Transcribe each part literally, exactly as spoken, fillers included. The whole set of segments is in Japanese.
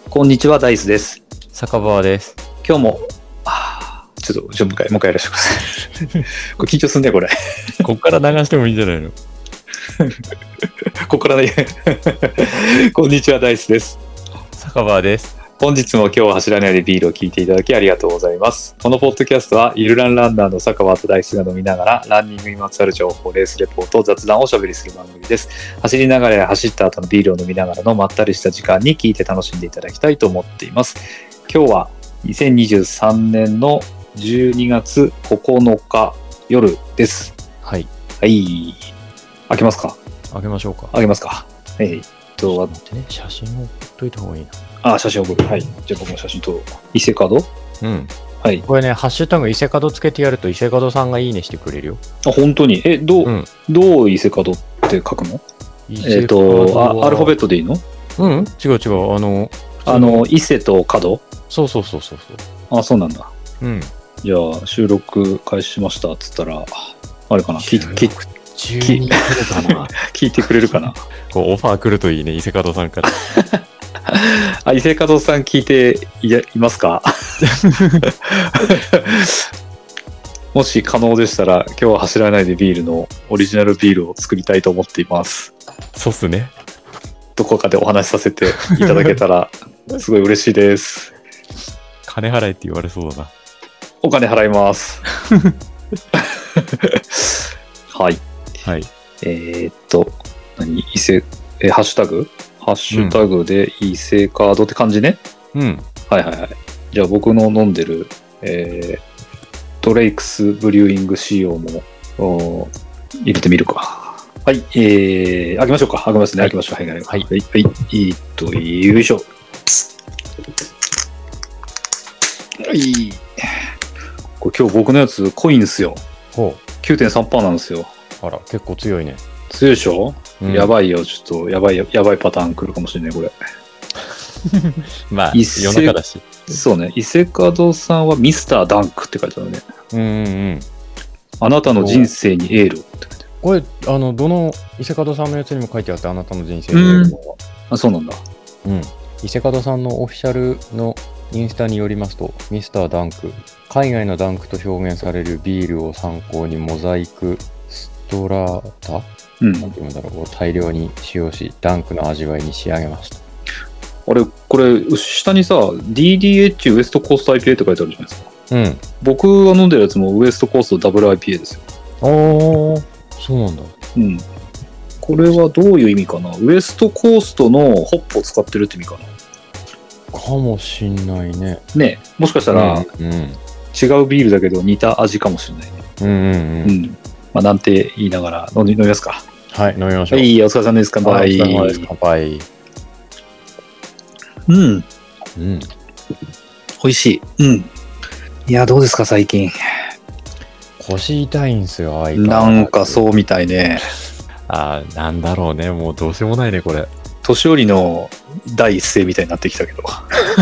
こんにちは、ダイスです。 酒場です。 今日も、あちょっと、ちょっともう一回、もう一回やらせてください。これ緊張すんね、これ。 こっから流してもいいんじゃないの？ ここからね。こんにちは、ダイスです。 酒場です。 本日も今日は走らないでビールを聞いていただきありがとうございます。このポッドキャストは、ゆるランランナーの酒場とダイスが飲みながら、ランニングにまつわる情報、レースレポート、雑談をおしゃべりする番組です。走りながらや走った後のビールを飲みながらのまったりした時間に聞いて楽しんでいただきたいと思っています。今日はにせんにじゅうさんねんのじゅうにがつここのか夜です。 はい。 はい。開けますか？ 開けましょうか。 開けますか。えー、っと、 待ってね、写真を撮っといた方がいいな。 あ、写真を送る。はい。じゃあ僕も写真撮ろう。伊勢門？ うん。 はい。 これね、ハッシュタグ伊勢門つけてやると伊勢門さんがいいねしてくれるよ。 あ、本当に？え、どう、うん、どう伊勢門って書くの？えっとあ、アルファベットでいいの？ うん、違う違う。あの、 あの、伊勢と門？そうそうそうそうそう。 あ、そうなんだ。 うん。 じゃあ、収録開始しましたっつったら、あれかな、聞いて、 聞いてくれるかな聞いてくれるかなこうオファー来るといいね、伊勢門さんから。 あ、伊勢門さん聞いて い, いますか？もし可能でしたら、今日は走らないでビールのオリジナルビールを作りたいと思っています。 そうっすね。 どこかでお話しさせていただけたら、すごい嬉しいです。 金払えって言われそうだな。 お金払います。はい。 はい。 えー、っと、何伊勢、えー、ハッシュタグハッシュタグで伊勢カードって感じね。 うん。 はいはいはい。じゃあ僕の飲んでる、えー、ドレイクスブリューイング仕様も入れてみるか。はい。えー、開けましょうか。開けますね。開けましょう。はい。はい。はい。はい。はい。えー、っと、よいしょ。はい。これ今日僕のやつ濃いんですよ。 ほう。 きゅうてんさんパーセント なんですよ。 あら、結構強いね。 強いでしょ、うん、やばいよ、ちょっと、やばい、やばいパターン来るかもしれない、これ。 まあ、夜中だし。 そうね、伊勢門さんはミスターダンクって書いてあるね。 うんうんうん。 あなたの人生にエールって書いてある。 これ、あの、どの伊勢門さんのやつにも書いてあって、あなたの人生にエールの。 あ、そうなんだ。 うん。伊勢門さんのオフィシャルのインスタによりますと、ミスターダンク、海外のダンクと表現されるビールを参考にモザイクストラータ、うん、なんていうんだろう、大量に使用し、ダンクの味わいに仕上げました。 あれ、これ、下にさ、ディーディーエイチ ウエストコースト アイピーエー って書いてあるじゃないですか。 うん。 僕が飲んでるやつもウエストコースト ダブルアイピーエー ですよ。 あー、そうなんだ。 うん。これはどういう意味かな？ウエストコーストのホップを使ってるって意味かな？ かもしんないね。 ね、もしかしたら、 うんうん、 違うビールだけど似た味かもしれないね。 うんうんうん。 うんまあ、なんて言いながら飲み、飲みますか。 はい、飲みましょう。 はい、お疲れ様です。乾杯。 お疲れ様です。乾杯。 うん。 うん。 美味しい。うん。いや、どうですか、最近。 腰痛いんすよ、相変わらず。なんかそうみたいね。 ああ、なんだろうね。もうどうしようもないね、これ。 年寄りの第一声みたいになってきたけど。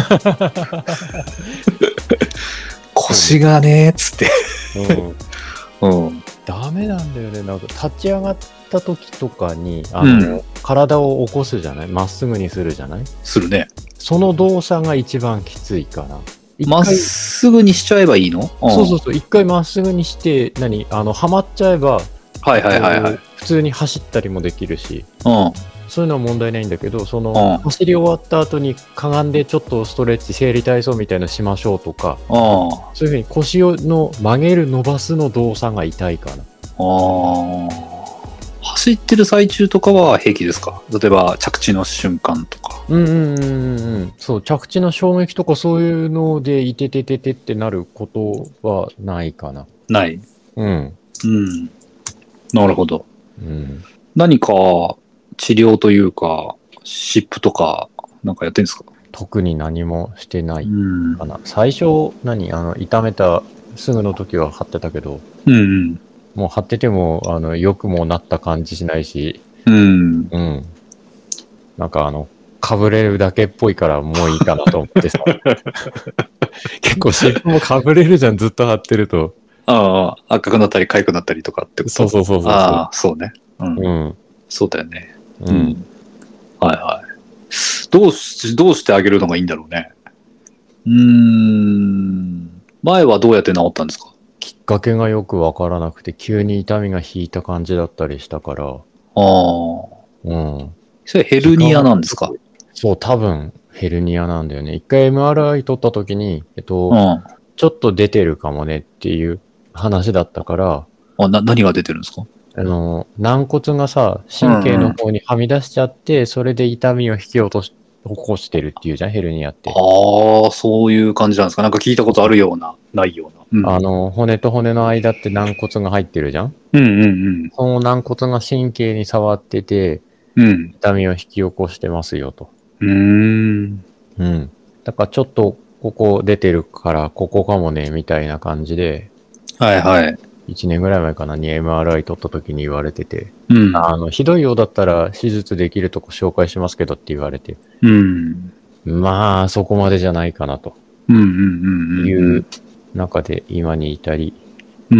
腰がねーっつって。うん。うん。 ダメなんだよね。なんか立ち上がった時とかにあの、うん、体を起こすじゃない？まっすぐにするじゃない？するね。 その動作が一番きついかな。 まっすぐにしちゃえばいいの？ うん、そうそうそう。一回まっすぐにして何あのはまっちゃえば、 はいはいはいはい。 普通に走ったりもできるし、 うん、 そういうのは問題ないんだけど、その、うん、走り終わった後にかがんでちょっとストレッチ、整理体操みたいなのしましょうとか、 うん、 そういうふうに腰をの曲げる伸ばすの動作が痛いかな。 あ走ってる最中とかは平気ですか？例えば着地の瞬間とか。 うんうんうんうん。そう、着地の衝撃とかそういうのでいててててってなることはないかな。 ない。 うん。 うん。なるほど。 うん。 何か治療というか、湿布とかなんかやってんですか？ 特に何もしてないかな。最初、何あの、痛めたすぐの時は貼ってたけど、 うんうん。 もう貼ってても、あの、良くもなった感じしないし、 うん。 うん。なんかあの、かぶれるだけっぽいからもういいかなと思ってさ。結構湿布もかぶれるじゃん、ずっと貼ってると。 ああ、赤くなったり痒くなったりとかってこと？ そうそうそうそう。 ああ、そうね。うん。 うん。 そうだよね。 うん。 はいはい。 どうし、どうしてあげるのがいいんだろうね。うーん。前はどうやって治ったんですか？ きっかけがよくわからなくて、急に痛みが引いた感じだったりしたから。ああ。 うん。 それヘルニアなんですか？ そう、多分ヘルニアなんだよね。一回 エムアールアイ 取った時に、えっと、 うん。 ちょっと出てるかもねっていう話だったから、 あ、な、何が出てるんですか？ あの、軟骨がさ、神経の方にはみ出しちゃって、それで痛みを引き落とし、起こしてるっていうじゃん、ヘルニアって。 ああ、そういう感じなんですか？なんか聞いたことあるような、ないような。うん、 あの、骨と骨の間って軟骨が入ってるじゃん。 うんうんうん。 その軟骨が神経に触ってて、 うん。 痛みを引き起こしてますよと。 うーん。 うん。だからちょっとここ出てるからここかもねみたいな感じで、 はいはい。 いちねんぐらい前かなに エムアールアイ 取った時に言われてて、 うん。 あの、ひどいようだったら手術できるとこ紹介しますけどって言われて、 うん。 まあそこまでじゃないかなとうんうんうんうん。 いう中で今に至り、 うん。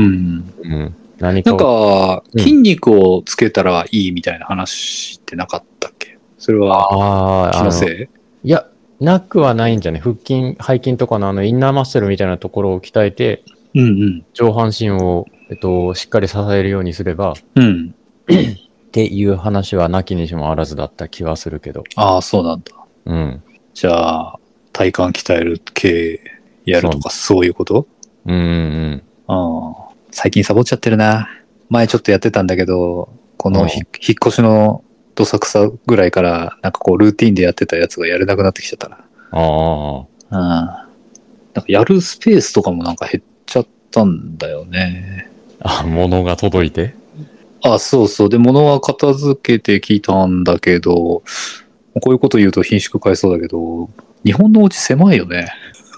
うん。何かなんか、 うん筋肉をつけたらいいみたいな話ってなかったっけ？それはああ、 気のせい？ いや、なくはないんじゃね。腹筋、背筋とかのあのインナーマッスルみたいなところを鍛えて、 うんうん。 上半身を、えっと、しっかり支えるようにすれば、 うん。 っていう話はなきにしもあらずだった気はするけど。 ああ、そうなんだ。 うん。 じゃあ、体幹鍛える系やるとかそういうこと？ うんうんうん。 ああ。最近サボっちゃってるな。前ちょっとやってたんだけど、このひ引っ越しのどさくさぐらいから、なんかこうルーティンでやってたやつがやれなくなってきちゃったな。 ああ。 うん。なんかやるスペースとかもなんか減っちゃったんだよね。 あ、物が届いてあ、そうそう。で、物は片付けてきたんだけど、こういうこと言うと貧縮買いそうだけど、日本のお家狭いよね。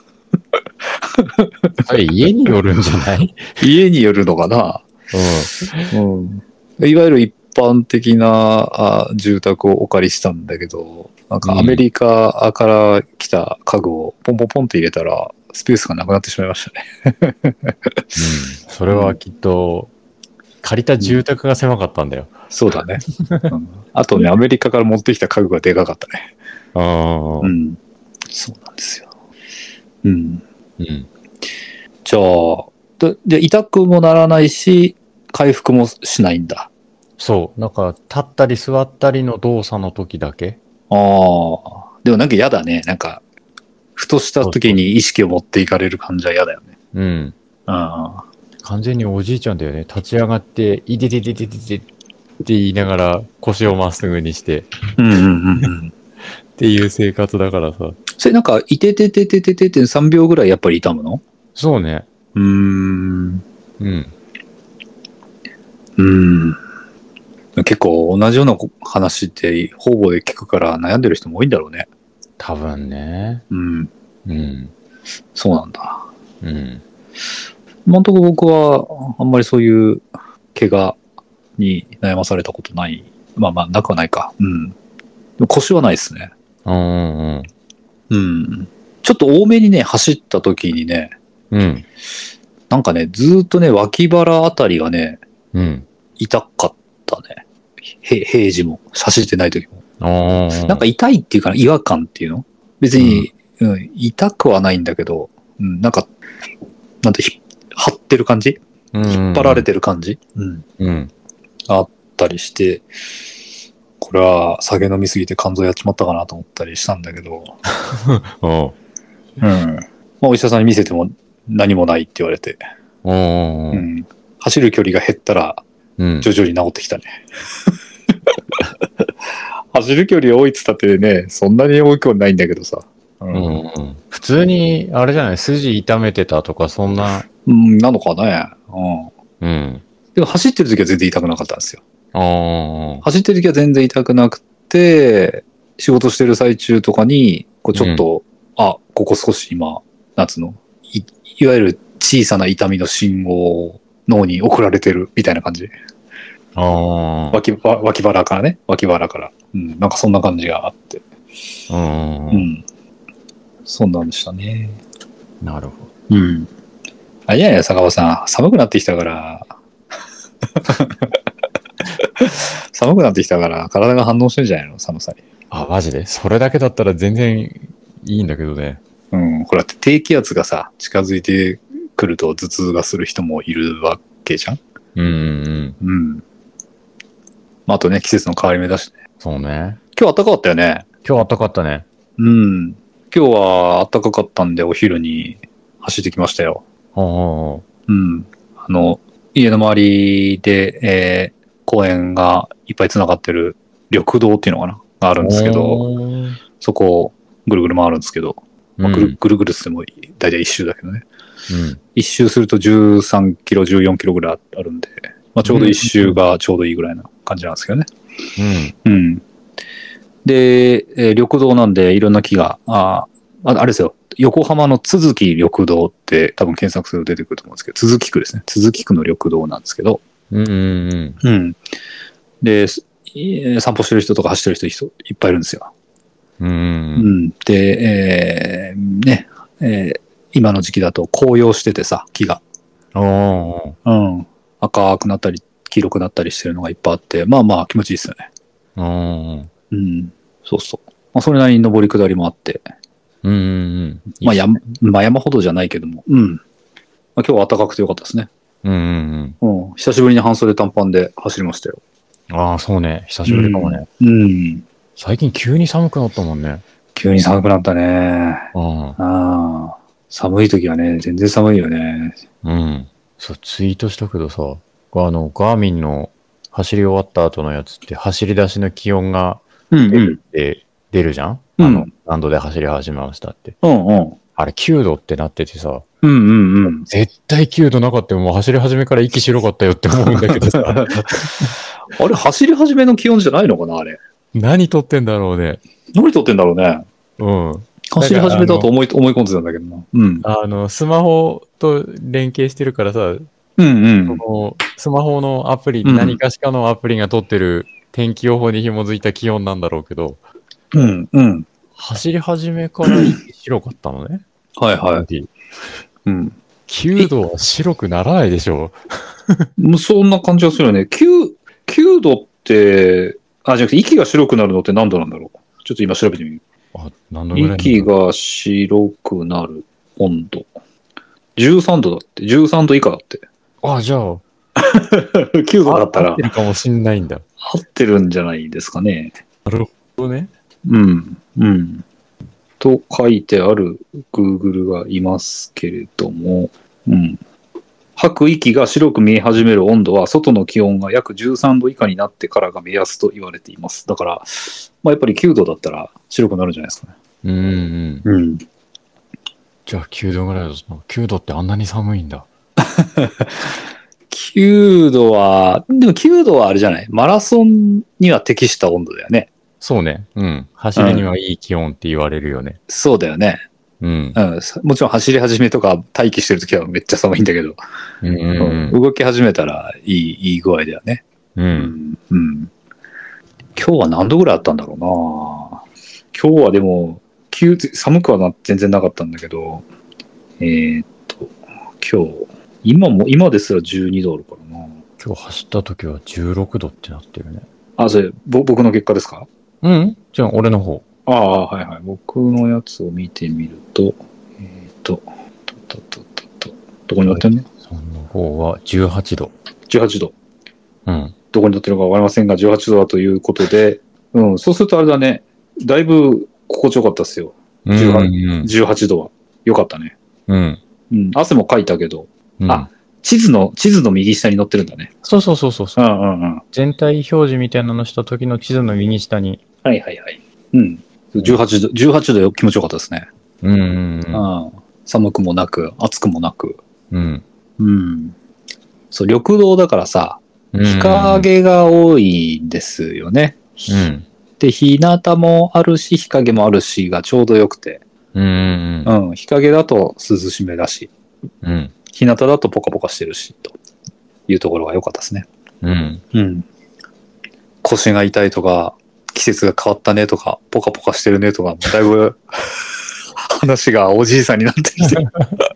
あれ、家によるんじゃない家によるのかな。 うん。 うん。いわゆる一般的なあ住宅をお借りしたんだけど、なんかアメリカから来た家具をポンポンポンって入れたら、スペースがなくなってしまいましたね。 うん。それはきっと、借りた住宅が狭かったんだよ。 そうだね、うん。あとね、アメリカから持ってきた家具がでかかったね。 ああ。 うん。そうなんですよ。うん。 うん。 じゃあ、で、で痛くもならないし、回復もしないんだ。 そう。なんか、立ったり座ったりの動作の時だけ。 ああ。でもなんか嫌だね。なんか、ふとした時に意識を持っていかれる感じは嫌だよね。 うん。 ああ。 完全におじいちゃんだよね。立ち上がって、いててててててって言いながら腰をまっすぐにして、 うんうんうんうん。 っていう生活だからさ。 それなんか、いててててててってさんびょうぐらいやっぱり痛むの？ そうね。 うーん。 うん。 うーん。結構同じような話って方々で聞くから悩んでる人も多いんだろうね。 多分ね。 うん。 うん。 そうなんだ。 うん。 今のところ僕はあんまりそういう怪我に悩まされたことない。まあまあ、なくはないか。うん。でも腰はないですね。 うんうんうん。ちょっと多めにね、走った時にね、 うん。うん。 なんかね、ずーっとね、脇腹あたりがね、 うん。 痛かったね。へ平時も、走ってない時も。 ああ。 なんか痛いっていうかな、違和感っていうの？別に、うんうん、痛くはないんだけど、うん、なんか、なんて、張ってる感じ？ うん、 引っ張られてる感じ？うん。 うん。あったりして、これは酒飲みすぎて肝臓やっちまったかなと思ったりしたんだけど、 おうん。まあ、お医者さんに見せても何もないって言われて、 おうん、走る距離が減ったら徐々に治ってきたね。うん、走る距離多いっつったってね、そんなに多くはないんだけどさ。 うんうん、普通に、あれじゃない、筋痛めてたとか、そんな。 うん、なのかね。うん。うん。でも走ってる時は全然痛くなかったんですよ。あ走ってる時は全然痛くなくて、仕事してる最中とかに、こうちょっと、うん、あ、ここ少し今、なんつうの、い、いわゆる小さな痛みの信号を脳に送られてるみたいな感じ。あ脇、脇腹からね、脇腹から。うん、なんかそんな感じがあって。うん。うん。そんなんでしたね。 なるほど。 うん。あ、いやいや、坂場さん、寒くなってきたから、寒くなってきたから体が反応してるんじゃないの？寒さに。 あ、マジでそれだけだったら全然いいんだけどね。 うん。ほら、低気圧がさ、近づいてくると頭痛がする人もいるわけじゃん。 うんうんうん。 うん。まあ、あとね、季節の変わり目だしね。 そうね。 今日暖かかったよね。 今日暖かかったね。 うん。今日は暖かかったんで、お昼に走ってきましたよ。 ほうほうほうん。あの、家の周りで、えー、公園がいっぱい繋がってる緑道っていうのかながあるんですけど、そこをぐるぐる回るんですけど、まあ、ぐるぐるぐるってもだいたい一周だけどね。うん、一周するとじゅうさんキロ、じゅうよんキロぐらいあるんで、まあ、ちょうど一周がちょうどいいぐらいな感じなんですけどね。うん。うん、で、えー、緑道なんでいろんな木が、あ、あれですよ。横浜の都築緑道って多分検索すると出てくると思うんですけど、都築区ですね。都築区の緑道なんですけど。 うんうんうん。 うん。で、散歩してる人とか走ってる人いっぱいいるんですよ。 うんうんうん、 で、えー、ね、えー、今の時期だと紅葉しててさ、木が。 おうん。赤くなったり、黄色くなったりしてるのがいっぱいあって、まあまあ気持ちいいですよね。うん。そうそう。まあ、それなりに登り下りもあって。 うんうんうん。 まあ山、まあ山ほどじゃないけども。うん。まあ、今日は暖かくてよかったですね。 うんうんうん。 うん。久しぶりに半袖短パンで走りましたよ。 ああ、そうね。久しぶりかもね。 うん。うん、 最近急に寒くなったもんね。 急に寒くなったね。 うん。 ああ。寒い時はね、全然寒いよね。 うん。そう、ツイートしたけどさ、あの、ガーミンの走り終わった後のやつって、走り出しの気温が出るって、うんうん、出るじゃん、うん、あの、何度で走り始めましたって。うんうん。あれきゅうどってなっててさ、 うんうんうん。 絶対きゅうどなかったよ。もう走り始めから息白かったよって思うんだけどさ。 あれ、走り始めの気温じゃないのかな、あれ。 何撮ってんだろうね。 何撮ってんだろうね。 うん。 走り始めたと思い、思い込んでたんだけどな。うん。 あの、スマホと連携してるからさ、うんうん。 そのスマホのアプリ、うん、何かしかのアプリが撮ってる天気予報に紐づいた気温なんだろうけど、 うんうん。 走り始めから息白かったのね。 はいはい。うん。 きゅうどは白くならないでしょう。そんな感じがするよね。きゅう、きゅうどって、あ、じゃなくて息が白くなるのって何度なんだろう。ちょっと今調べてみる。 あ、何度ぐらい息が白くなる温度。じゅうさんどだって。じゅうさんど以下だって。 あ、じゃあ。 きゅうどだったら。 合ってるかもしんないんだ。 合ってるんじゃないですかね。 なるほどね。 うん。うん。と書いてある Google がいますけれども、うん。吐く息が白く見え始める温度は、外の気温が約じゅうさんど以下になってからが目安と言われています。だから、まあ、やっぱりきゅうどだったら白くなるんじゃないですかね。 うんうん。うん。じゃあきゅうどぐらいだと、きゅうどってあんなに寒いんだ。 きゅうどは、でもきゅうどはあれじゃない。マラソンには適した温度だよね。 そうね。うん。走りにはいい気温って言われるよね。うん、 そうだよね。 うん、 うん。もちろん走り始めとか待機してるときはめっちゃ寒いんだけど、 うんうんうん、動き始めたらいい、いい具合だよね。 うん。 うん。今日は何度ぐらいあったんだろうな。今日はでも、急寒くはな全然なかったんだけど、えー、っと、今日、今も、今ですらじゅうにどあるからな。 今日走った時はじゅうろくどってなってるね。 あ、それ、ぼ僕の結果ですか？ うん。じゃあ、俺の方。 ああ、はいはい。僕のやつを見てみると、えー、っと、ととととと、どこに載ってんの？ その方はじゅうはちど。 じゅうはちど。 うん。 どこに載ってるのかわかりませんが、じゅうはちどだということで、うん、そうするとあれだね、だいぶ心地よかったっすよ。じゅうはち、うんうん、じゅうはちどは。よかったね。 うん。 うん。汗もかいたけど、 うん、 あ、地図の、地図の右下に載ってるんだね。 そうそうそうそう。 うんうんうん。 全体表示みたいなのした時の地図の右下に。 はいはいはい。うん。じゅうはちど、じゅうはちど気持ちよかったですね。 うんうんうん。 うん、寒くもなく、暑くもなく。 うん。 うん。そう、緑道だからさ、日陰が多いんですよね。 うん。 で、日向もあるし、日陰もあるしがちょうどよくて。 うんうんうん。 うん。日陰だと涼しめだし。 うん。 日向だとポカポカしてるし、というところが良かったですね。 うん。 うん。腰が痛いとか、季節が変わったねとか、ポカポカしてるねとか、だいぶ話がおじいさんになってきてる。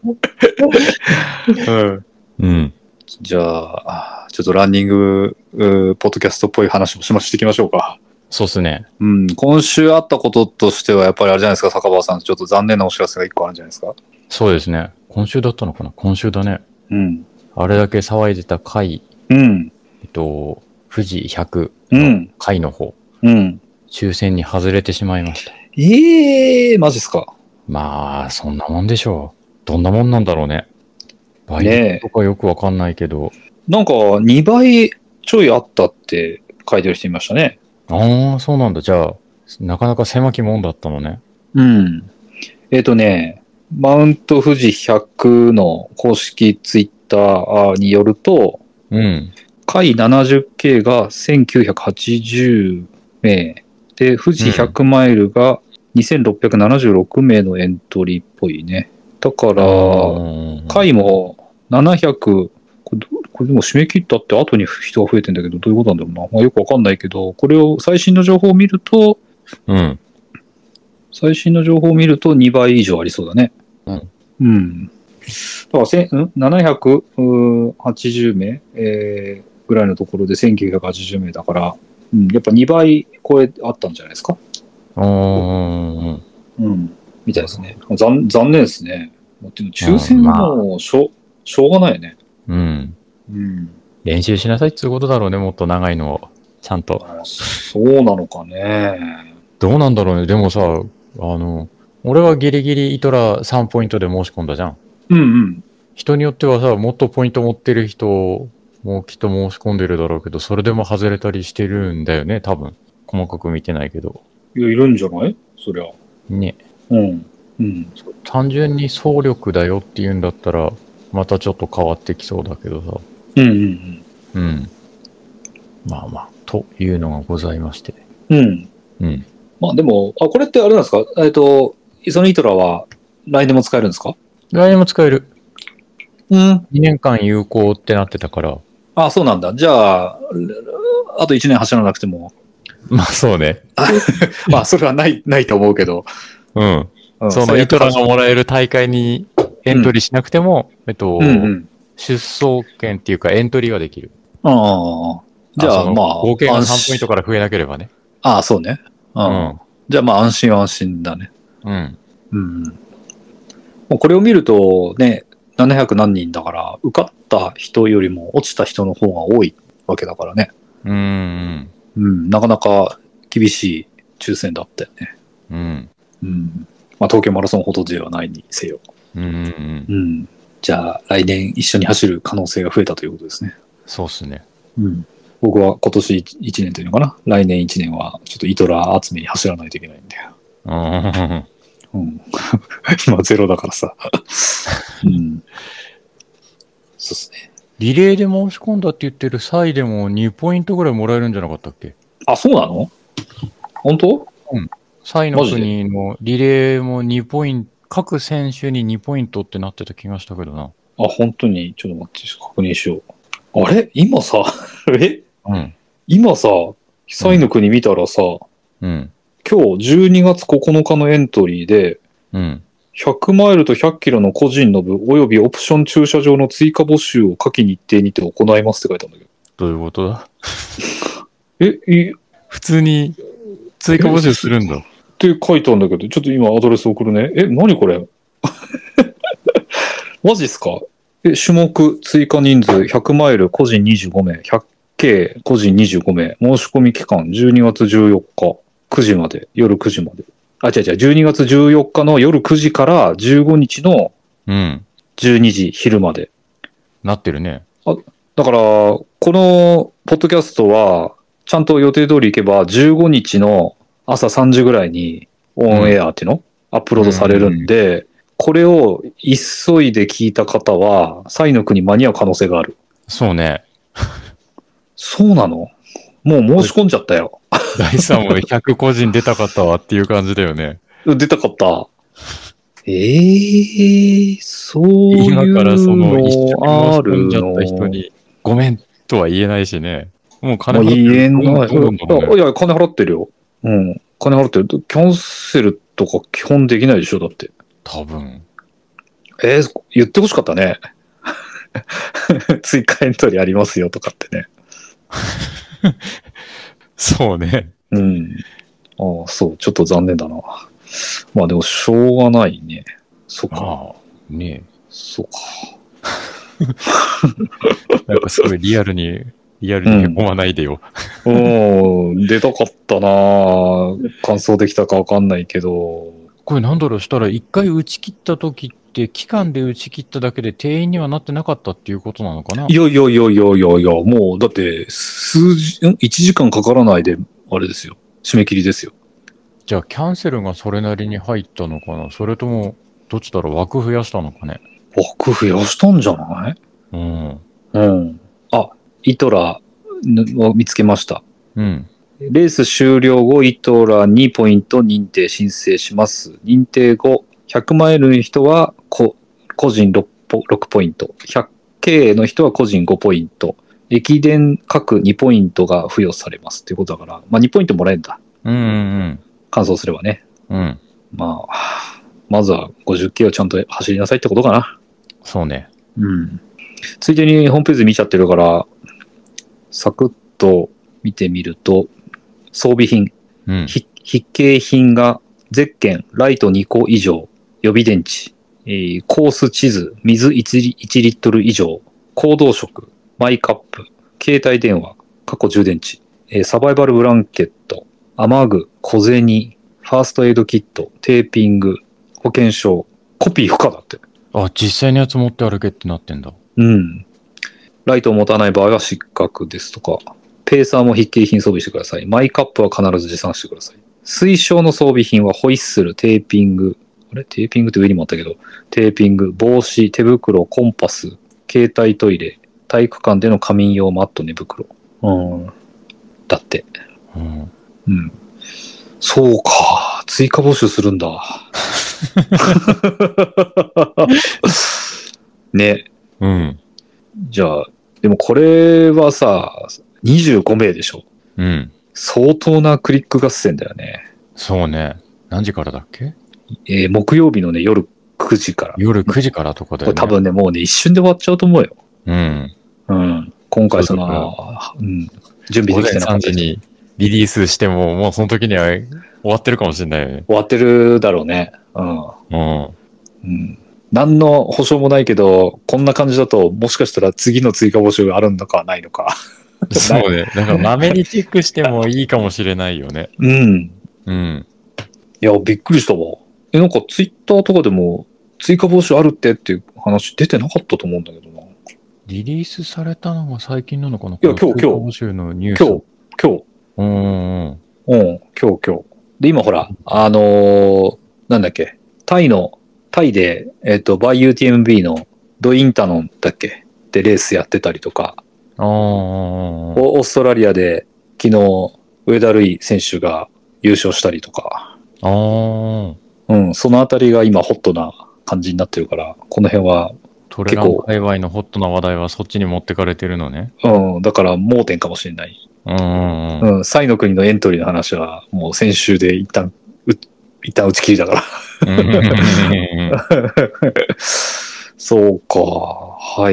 うん。 うん。 じゃあ、ちょっとランニング、ポッドキャストっぽい話もしましていきましょうか。 そうっすね。 うん、今週あったこととしては、やっぱりあれじゃないですか、坂場さん、ちょっと残念なお知らせが一個あるんじゃないですか。 そうですね。今週だったのかな今週だね。 うん。 あれだけ騒いでた回、 うん。 えっと、富士ひゃくのうん。 回の方、 うん。 抽選に外れてしまいました。 ええー、マジっすか。 まあ、そんなもんでしょう。どんなもんなんだろうね。倍ねえとかよくわかんないけど。 なんか、にばいちょいあったって書いてる人いましたね。 ああ、そうなんだ。じゃあ、なかなか狭きもんだったのね。 うん。えっ、とね、マウント富士ひゃくの公式ツイッターによると、 うん。 回 ななじゅっケー がせんきゅうひゃくはちじゅうめいで、富士ひゃくマイルがにせんろっぴゃくななじゅうろくめいのエントリーっぽいね。だから、回もななひゃく、これ、これでも締め切ったって後に人が増えてんだけど、どういうことなんだろうな。まあ、よくわかんないけど、これを最新の情報を見ると、 うん。 最新の情報を見るとにばい以上ありそうだね。 うん。 うん。だからせん、ん ななひゃくはちじゅうめい、えー、ぐらいのところでせんきゅうひゃくはちじゅうめいだから、うん、やっぱにばい超えあったんじゃないですか。 ああ、うん。 うん。みたいですね。残残念ですね。でも抽選はもうしょう、しょうがないよね。 うん。 うん。 練習しなさいっていうことだろうね、もっと長いのを。ちゃんと。 そうなのかね。 どうなんだろうね。でもさ、あの、俺はギリギリイトラさんポイントで申し込んだじゃん。 うんうん。 人によってはさ、もっとポイント持ってる人もきっと申し込んでるだろうけど、それでも外れたりしてるんだよね、多分。細かく見てないけど。 いや、いるんじゃないそりゃ。 ね。 うん。うん。 単純に総力だよっていうんだったら、またちょっと変わってきそうだけどさ。 うんうんうん。まあまあ、というのがございまして。 うん。うん。 うん。 まあでも、あ、これってあれなんですか？えっと、そのイトラは来年も使えるんですか？ 来年も使える。 うん。 にねんかん有効ってなってたから。 あ、そうなんだ。じゃあ、あといちねん走らなくても。 まあそうね。 まあ、それはない、ないと思うけど。 うん。 うん、 そのイトラがもらえる大会にエントリーしなくても、うん、えっと、うんうん、 出走権っていうかエントリーができる。 ああ。じゃあ、まあ。 合計がさんポイントから増えなければね。 ああ、そうね。うん。うん、じゃあ、まあ、安心は安心だね。 うん。 うん。これを見ると、ね、ななひゃく何人だから、受かった人よりも落ちた人の方が多いわけだからね。 うん。 うん。なかなか厳しい抽選だったよね。 うん。 うん。まあ、東京マラソンほどではないにせよ。 うん。うん。 うん。じゃあ、来年一緒に走る可能性が増えたということですね。 そうっすね。 うん。僕は今年いちねんというのかな。来年いちねんはちょっとイトラ集めに走らないといけないんだよ。うん。今ゼロだからさ。うん。そうっすね。 リレーで申し込んだって言ってる際でもにポイントぐらいもらえるんじゃなかったっけ？ あ、そうなの？本当？ うん。際の国のリレーもにポイント、各選手ににポイントってなってた気がしたけどな。 あ、本当に？ちょっと待って、確認しよう。あれ今さ、えうん。 今さ、際の国見たらさ、 うん。 今日じゅうにがつここのかのエントリーで、 うん。 ひゃくマイルとひゃっキロの個人の部およびオプション駐車場の追加募集を下記日程にて行いますって書いてあるんだけど。どういうことだ？ え、い普通に追加募集するんだ。 って書いてあるんだけど、ちょっと今アドレス送るね。え、何これマジっすか？え、種目追加人数ひゃくマイル個人にじゅうごめい、ひゃくケー 個人にじゅうごめい、申し込み期間じゅうにがつじゅうよっか、くじまで、夜くじまで。あ、違う違う、じゅうにがつじゅうよっかの夜くじからじゅうごにちのじゅうにじ昼まで。 うん、なってるね。 あ、だから、このポッドキャストは、ちゃんと予定通り行けばじゅうごにちの朝さんじぐらいにオンエアっていうの、うん、アップロードされるんで、うん、これを急いで聞いた方は、サイの国間に合う可能性がある。 そうね。そうなの？もう申し込んじゃったよ。 第三もひゃく個人出たかったわっていう感じだよね。 出たかった。えー、そういうの今からその一緒に申し込んじゃった人にごめんとは言えないしね。もう金払ってる。 言えない。いや、いや、金払ってるよ。うん。金払ってる。キャンセルとか基本できないでしょ、だって。 多分。 えー、言ってほしかったね。追加エントリーありますよとかってね。 そうね。 うん。ああ、そう、ちょっと残念だな。まあでも、しょうがないね。そっか。 ああ、ねそうか。 え。なんかすごいリアルに、リアルにへこまないでよ。 うん、出たかったな完走できたかわかんないけど。 これなんだろうしたら、一回打ち切った時って、期間で打ち切っただけで定員にはなってなかったっていうことなのかないやいやいやいやいやいや、もう、だって、数時、ん ?いち 時間かからないで、あれですよ。締め切りですよ。 じゃあ、キャンセルがそれなりに入ったのかなそれとも、どっちだろう枠増やしたのかね枠増やしたんじゃない？ うん。 うん。あ、イトラを見つけました。 うん。 レース終了後、イトラにポイント認定申請します。認定後、ひゃくマイルの人は個人 6, ポろくポイント、ひゃくケー の人は個人ごポイント、駅伝各にポイントが付与されますっていうことだから、まあにポイントもらえるんだ。 うんうんうん。 完走すればね。 うん。 まあ、まずは ごじゅっケー をちゃんと走りなさいってことかな。 そうね。 うん。ついでにホームページ見ちゃってるから、サクッと見てみると、装備品。 うん。 筆記品がゼッケン、ライトにこ以上、予備電池、えー、コース地図、水 1, リいちリットル以上、行動食、マイカップ、携帯電話、過去充電池、えー、サバイバルブランケット、雨具、小銭、ファーストエイドキット、テーピング、保険証、コピー不可だって。 あ、実際のやつ持って歩けってなってんだ。 うん。ライトを持たない場合は失格ですとか、ペーサーも筆記品装備してください。マイカップは必ず持参してください。推奨の装備品はホイッスル、テーピング、あれテーピングって上にもあったけど、テーピング、帽子、手袋、コンパス、携帯トイレ、体育館での仮眠用マット、寝袋。うん。だって。 うん。 うん。そうか。追加募集するんだ。ね。 うん。 じゃあ、でもこれはさ、にじゅうごめいでしょ。 うん。 相当なクリック合戦だよね。 そうね。何時からだっけ？ えー、木曜日のね、夜くじから。 夜くじからとかだよね。 多分ね、もうね、一瞬で終わっちゃうと思うよ。 うん。 うん。今回その、うん、準備できてなかった。 さんじにリリースしても、もうその時には終わってるかもしれないよね。 終わってるだろうね。うん。 うん。 うん。何の保証もないけど、こんな感じだと、もしかしたら次の追加募集があるのかないのか。 そうね。なんか、まめにチェックしてもいいかもしれないよね。 うん。 うん。 いや、びっくりしたわ。え、なんかツイッターとかでも、追加募集あるってっていう話出てなかったと思うんだけどな。 リリースされたのが最近なのかな？ いや、今日、今日。 募集のニュース。 今日、今日。 うんうん。 うん、今日、今日。で、今ほら、あのー、なんだっけ、タイの、タイで、えっと、バイ ユーティーエムビー のドインタノンだっけでレースやってたりとか、 ああ。オーストラリアで昨日、上田瑠衣選手が優勝したりとか、 ああ。 うん、そのあたりが今ホットな感じになってるから、この辺はトレラン界隈のホットな話題はそっちに持ってかれてるのね。 うん、だから盲点かもしれない。 うんうんうん。 うん、サイの国のエントリーの話はもう先週で一旦、う一旦打ち切りだから。そうか、はい。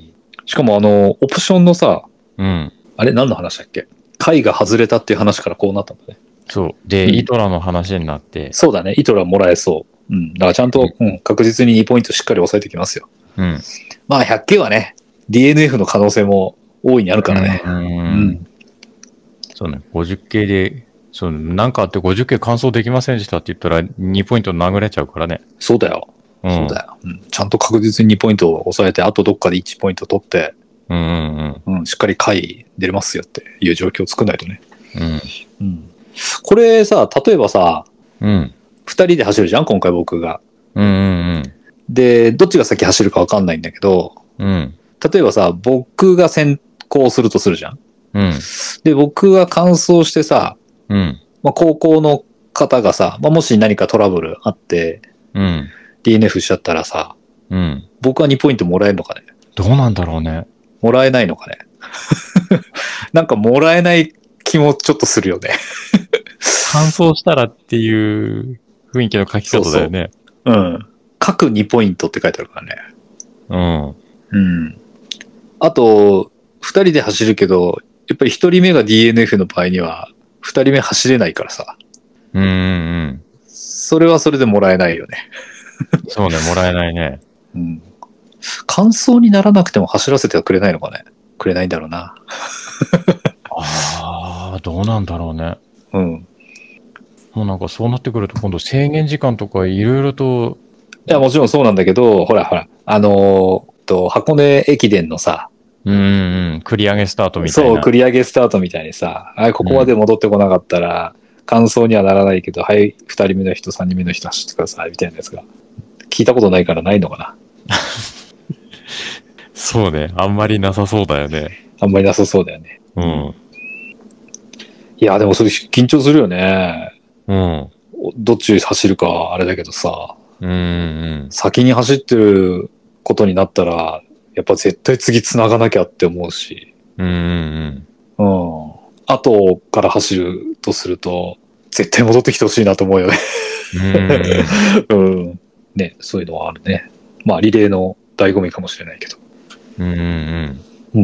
しかもあの、オプションのさ、 うん。 あれ何の話だっけ？回が外れたっていう話からこうなったんだね。 そう。で、 うん、 イトラの話になって。 そうだね。イトラもらえそう。うん。だからちゃんと、うん、確実ににポイントしっかり抑えてきますよ。 うん。 まあ ひゃくケー はね、ディーエヌエフ の可能性も大いにあるからね。 うん。うんうん、 そうね。ごじゅっケーで、そう、なんかあって ごじゅっケー 完走できませんでしたって言ったらにポイント殴れちゃうからね。 そうだよ。うん、そうだよ、うん。ちゃんと確実ににポイントを抑えて、あとどっかでいちポイント取って、 うんうんうん、うん、しっかり回出れますよっていう状況を作んないとね。 うん。 うん。これさ、例えばさ、 うん。 二人で走るじゃん今回僕が。 うんうんうん。 で、どっちが先走るかわかんないんだけど、 うん。 例えばさ、僕が先行するとするじゃん。 うん。 で、僕が完走してさ、 うん。 まあ、高校の方がさ、まあ、もし何かトラブルあって、 うん。 ディーエヌエフ しちゃったらさ、 うん。 僕はにポイントもらえるのかね？ どうなんだろうね。 もらえないのかね？なんかもらえない気もちょっとするよね。 完走したらっていう雰囲気の書き方だよね。 そうそう。うん。各にポイントって書いてあるからね。 うん。 うん。あと、二人で走るけど、やっぱり一人目が ディーエヌエフ の場合には、 二人目走れないからさ。 うんうんうん。 それはそれでもらえないよね。 そうね、もらえないね。 うん。完走にならなくても走らせてはくれないのかね。くれないんだろうな。 ああ、どうなんだろうね。 うん。 もうなんかそうなってくると今度制限時間とかいろいろと。 いや、もちろんそうなんだけど、ほらほら、あのー、と、箱根駅伝のさ、 うんうん、繰り上げスタートみたいな。 そう、繰り上げスタートみたいにさ、あれ、ここまで戻ってこなかったら、完走にはならないけど、はい、二人目の人、三人目の人走ってください、みたいなやつが。聞いたことないからないのかな。 そうね、あんまりなさそうだよね。 あんまりなさそうだよね。 うん。 いや、でもそれ緊張するよね。 うん。 どっち走るか、あれだけどさ、 うんうん。 先に走ってることになったら、やっぱ絶対次繋がなきゃって思うし、 うんうんうん。 うん。後から走るとすると、絶対戻ってきてほしいなと思うよね。 うんうんうん。 うん。ね、そういうのはあるね。まあ、リレーの醍醐味かもしれないけど。 うんうんうん。 うん。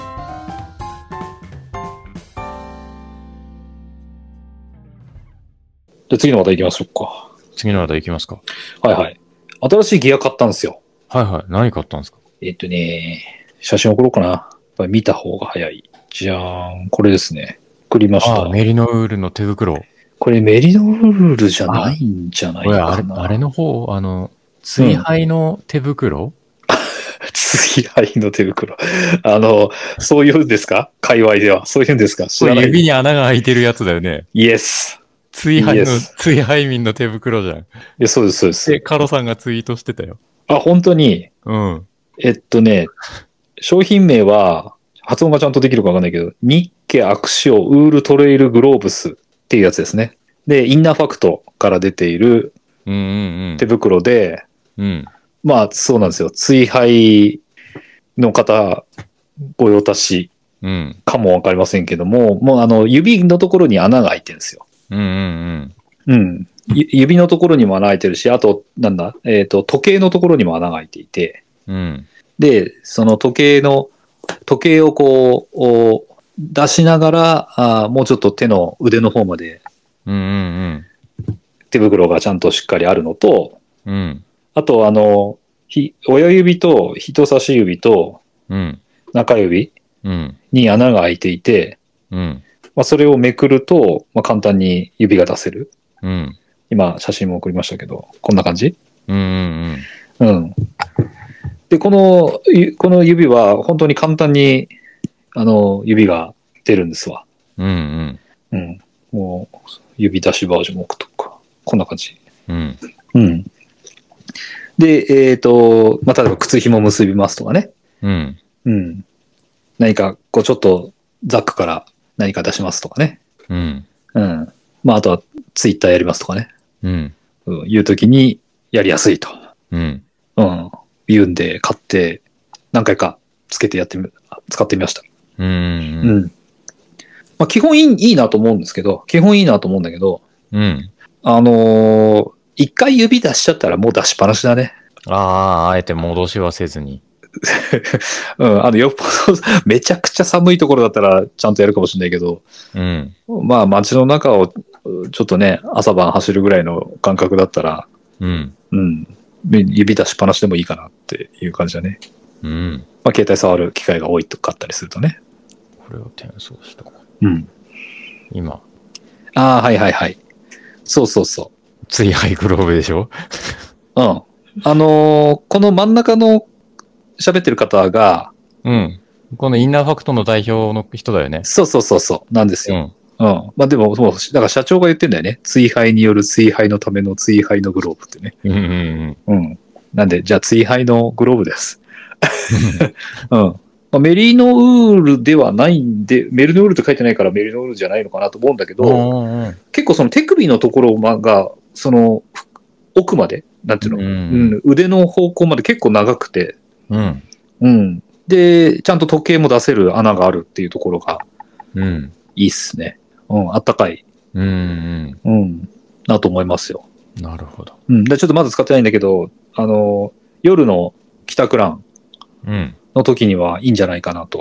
で、次の話題行きましょうか。 次の話題いきますか。 はいはい。新しいギア買ったんですよ。 はいはい。何買ったんですか？ えっとね、写真送ろうかな。やっぱり見た方が早い。じゃーん。これですね。送りました。 ああ、メリノウールの手袋。 これメリノウールじゃないんじゃないかな。 これあれ、あれの方、あの、追廃の手袋、 追廃の手袋。あの、そういうんですか？界隈では。そういうんですか？知らない。 指に穴が開いてるやつだよね。 イエス。 追廃の、 Yes. 追廃民の手袋じゃん。 いや、そうです、そうです。 で、カロさんがツイートしてたよ。 あ、本当に。 うん。 えっとね、商品名は、発音がちゃんとできるかわかんないけど、ニッケアクシオウールトレイルグローブスっていうやつですね。で、インナーファクトから出ているうんうんうん。 手袋で、 うん。 まあ、そうなんですよ。追廃の方、ご用達うん。 かもわかりませんけども、もうあの、指のところに穴が開いてるんですよ。 うんうんうん。ゆ指のところにも穴が開いてるし、あと、なんだ、えっと、時計のところにも穴が開いていて、 うん。うん。 で、その時計の、時計をこう、お出しながら、あもうちょっと手の腕の方までうんうん手袋がちゃんとしっかりあるのと、 うん。うん。 あと、あの、ひ親指と人差し指とうん。 中指うん。 に穴が開いていて、 うん。 まあ、それをめくると、まあ、簡単に指が出せる。 うん。 今、写真も送りましたけど、こんな感じ？ うんうんうん。 うん。で、この、ゆこの指は本当に簡単に、あの、指が出るんですわ。 うんうん。 うん。もう、指出しバージョンも置くとか、こんな感じ。 うん。 うん。で、えっと、まあ、例えば靴紐結びますとかね。 うん。 うん。何か、こう、ちょっと、ザックから何か出しますとかね。 うん。 うん。まあ、あとは、ツイッターやりますとかね。 うん。 うん、いうときにやりやすいと。 うん。 うん。言うんで、買って、何回かつけてやってみ、使ってみました。 うん。 ううん。 ん。まあ、基本いい、いいなと思うんですけど、基本いいなと思うんだけど、 うん。 あのー、一回指出しちゃったらもう出しっぱなしだね。 ああ、あえて戻しはせずに。 うん。あの、よっぽど、めちゃくちゃ寒いところだったらちゃんとやるかもしれないけど、 うん。 まあ街の中をちょっとね、朝晩走るぐらいの感覚だったら、 うん。 うん。指出しっぱなしでもいいかなっていう感じだね。 うん。 まあ携帯触る機会が多いとかったりするとね。 これを転送した。 うん。 今。 ああ、はいはいはい。そうそうそ追廃グローブでしょ？ う。うん。あのーこの真ん中の喋ってる方が、 うん。このインナーファクトの代表の人だよね。 そうそうそうそう、なんですよ。 うん。 うん。まあでも、もう、だから社長が言ってんだよね。追廃による追廃のための追廃のグローブってね。 うんうんうん。なんで、じゃあ追廃のグローブです。うん。まあ、メリノウールではないんで、メリノウールって書いてないからメリノウールじゃないのかなと思うんだけうど、 ん。うんうん。 結構その手首のところが、その奥まで、なんていうの、 うんうん、腕の方向まで結構長くて、 うん。 うん。で、ちゃんと時計も出せる穴があるっていうところがうん。 いいっすね。うん、あったかい。 うんうんうん。だと思いますよ。 うん。なるほど。 うん。で、ちょっとまだ使ってないんだけど、あの、夜の帰宅ランうん。 の時にはいいんじゃないかなと。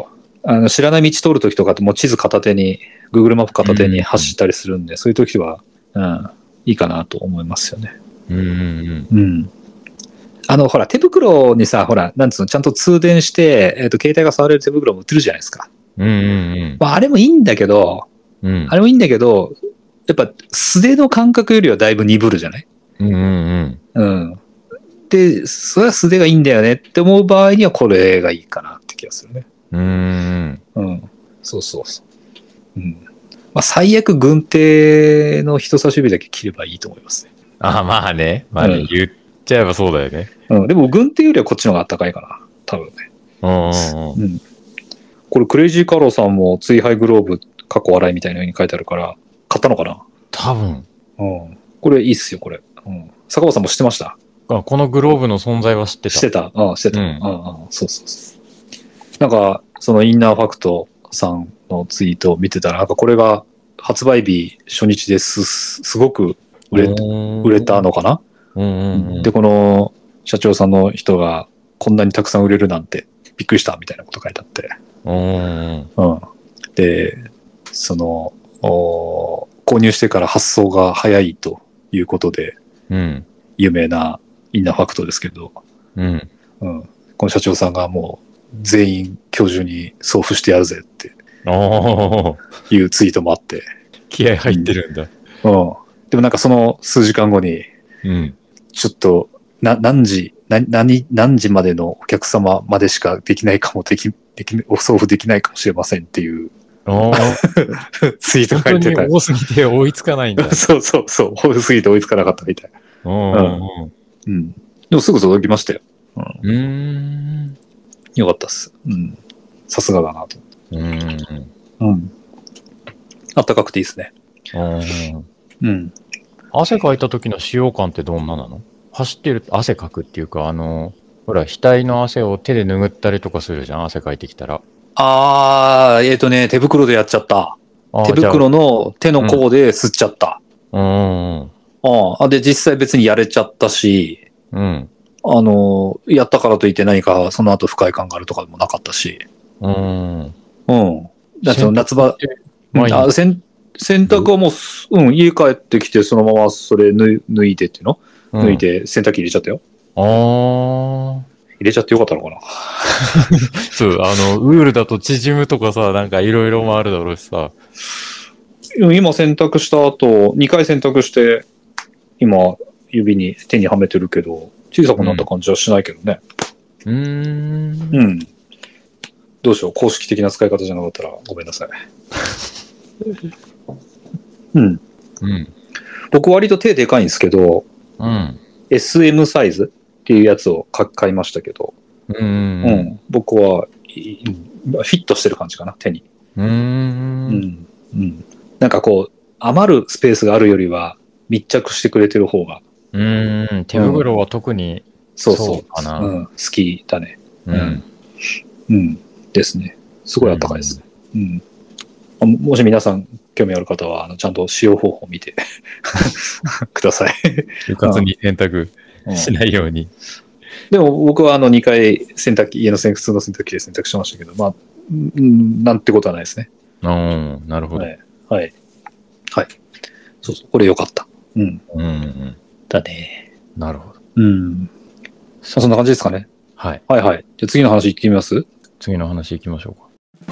あの知らない道通るときとかってもう地図片手に、Google マップ片手に走ったりするんで、うん、そういうときは、うん、いいかなと思いますよね。 うんうんうん。 うん。あの、ほら、手袋にさ、ほら、なんつうの、ちゃんと通電して、えっと、携帯が触れる手袋も売ってるじゃないですか。 うんうんうん。 まあ、あれもいいんだけど、うん、あれもいいんだけど、やっぱ素手の感覚よりはだいぶ鈍るじゃない？ うんうんうん。 うん。で、それは素手がいいんだよねって思う場合にはこれがいいかなって気がするね。 うん。 うん。そうそうそう。うん。まあ、最悪軍手の人差し指だけ切ればいいと思いますね。 ああ、まあね。まあね、うん、言っちゃえばそうだよね。 うん。でも軍手よりはこっちの方が暖かいかな。多分ね。 うんうんうん。うん。 これクレイジーカローさんも追廃グローブ過去笑いみたいな風に書いてあるから買ったのかな？ 多分。 うん。これいいっすよこれ。うん。坂本さんも知ってました？ あ、このグローブの存在は知ってた。 知ってた。ああ、知ってた。うん、ああ、そうそうそう。なんかそのインナーファクトさんのツイートを見てたら、なんかこれが発売日初日ですすごく売れ売れたのかな？ うんうんうん、 でこの社長さんの人がこんなにたくさん売れるなんてびっくりしたみたいなこと書いてあって。 うんうん、でその購入してから発送が早いということで、 うん、 有名なインナーファクトですけど、 うんうん、この社長さんがもう全員今日中に送付してやるぜっていうツイートもあって気合入ってるんだ、 うんうん、でもなんかその数時間後に、 うん、 ちょっとな何時な何何時までのお客様までしかできないかもできできお送付できないかもしれませんっていうツイート書いてた。 本当に多すぎて追いつかないんだ。 そうそうそう、多すぎて追いつかなかったみたい。 うん、 うん。でもすぐ届きましたよ。 うん。うーんよかったっす。うん。さすがだなと。 うん。 うん。あったかくていいですね。 うん。 うん。 汗かいた時の使用感ってどんななの？走ってると汗かくっていうか、あの、ほら、額の汗を手で拭ったりとかするじゃん、汗かいてきたら。 あー、えっとね、手袋でやっちゃった。手袋の手の甲で吸っちゃった。 うん。うん。 あで、実際別にやれちゃったし、 うん。 あの、やったからといって何かその後不快感があるとかでもなかったし。 うん。 うん。だって夏場、うん、あ洗、洗濯はもう、うん、家帰ってきてそのままそれ脱脱いでっていうの、うん、脱いで洗濯機入れちゃったよ。 ああ。 入れちゃってよかったのかなそう、あの、ウールだと縮むとかさ、なんかいろいろもあるだろうしさ。 今洗濯した後、にかい洗濯して、今、指に、手にはめてるけど、小さくなった感じはしないけどね。 うーん。 うん。どうしよう、公式的な使い方じゃなかったらごめんなさい。うん。 うん。 僕割と手でかいんですけど、 うん。 エスエム サイズっていうやつを買いましたけど、 うん。 うん。僕は、フィットしてる感じかな、手に。 うーん。うん。 うん。なんかこう、余るスペースがあるよりは密着してくれてる方が。 うーん。手袋は特にそうそうかな。 うん。好きだね。 うん。 うん。ですね。すごいあったかいです。うん。うん、もし皆さん興味ある方は、あのちゃんと使用方法を見てください。 うかつに洗濯しないように。うん、 でも僕はあのにかい洗濯機、家の普通の洗濯機で洗濯しましたけど、まあ、うん、なんてことはないですね。 うん、なるほど。 はい。はい。はい。そうそう、これ良かった。うん。 うん、うん。 だね。 なるほど。 うん。そんな感じですかね。 はい。 はいはい。じゃあ次の話いってみます？ 次の話いきましょうか。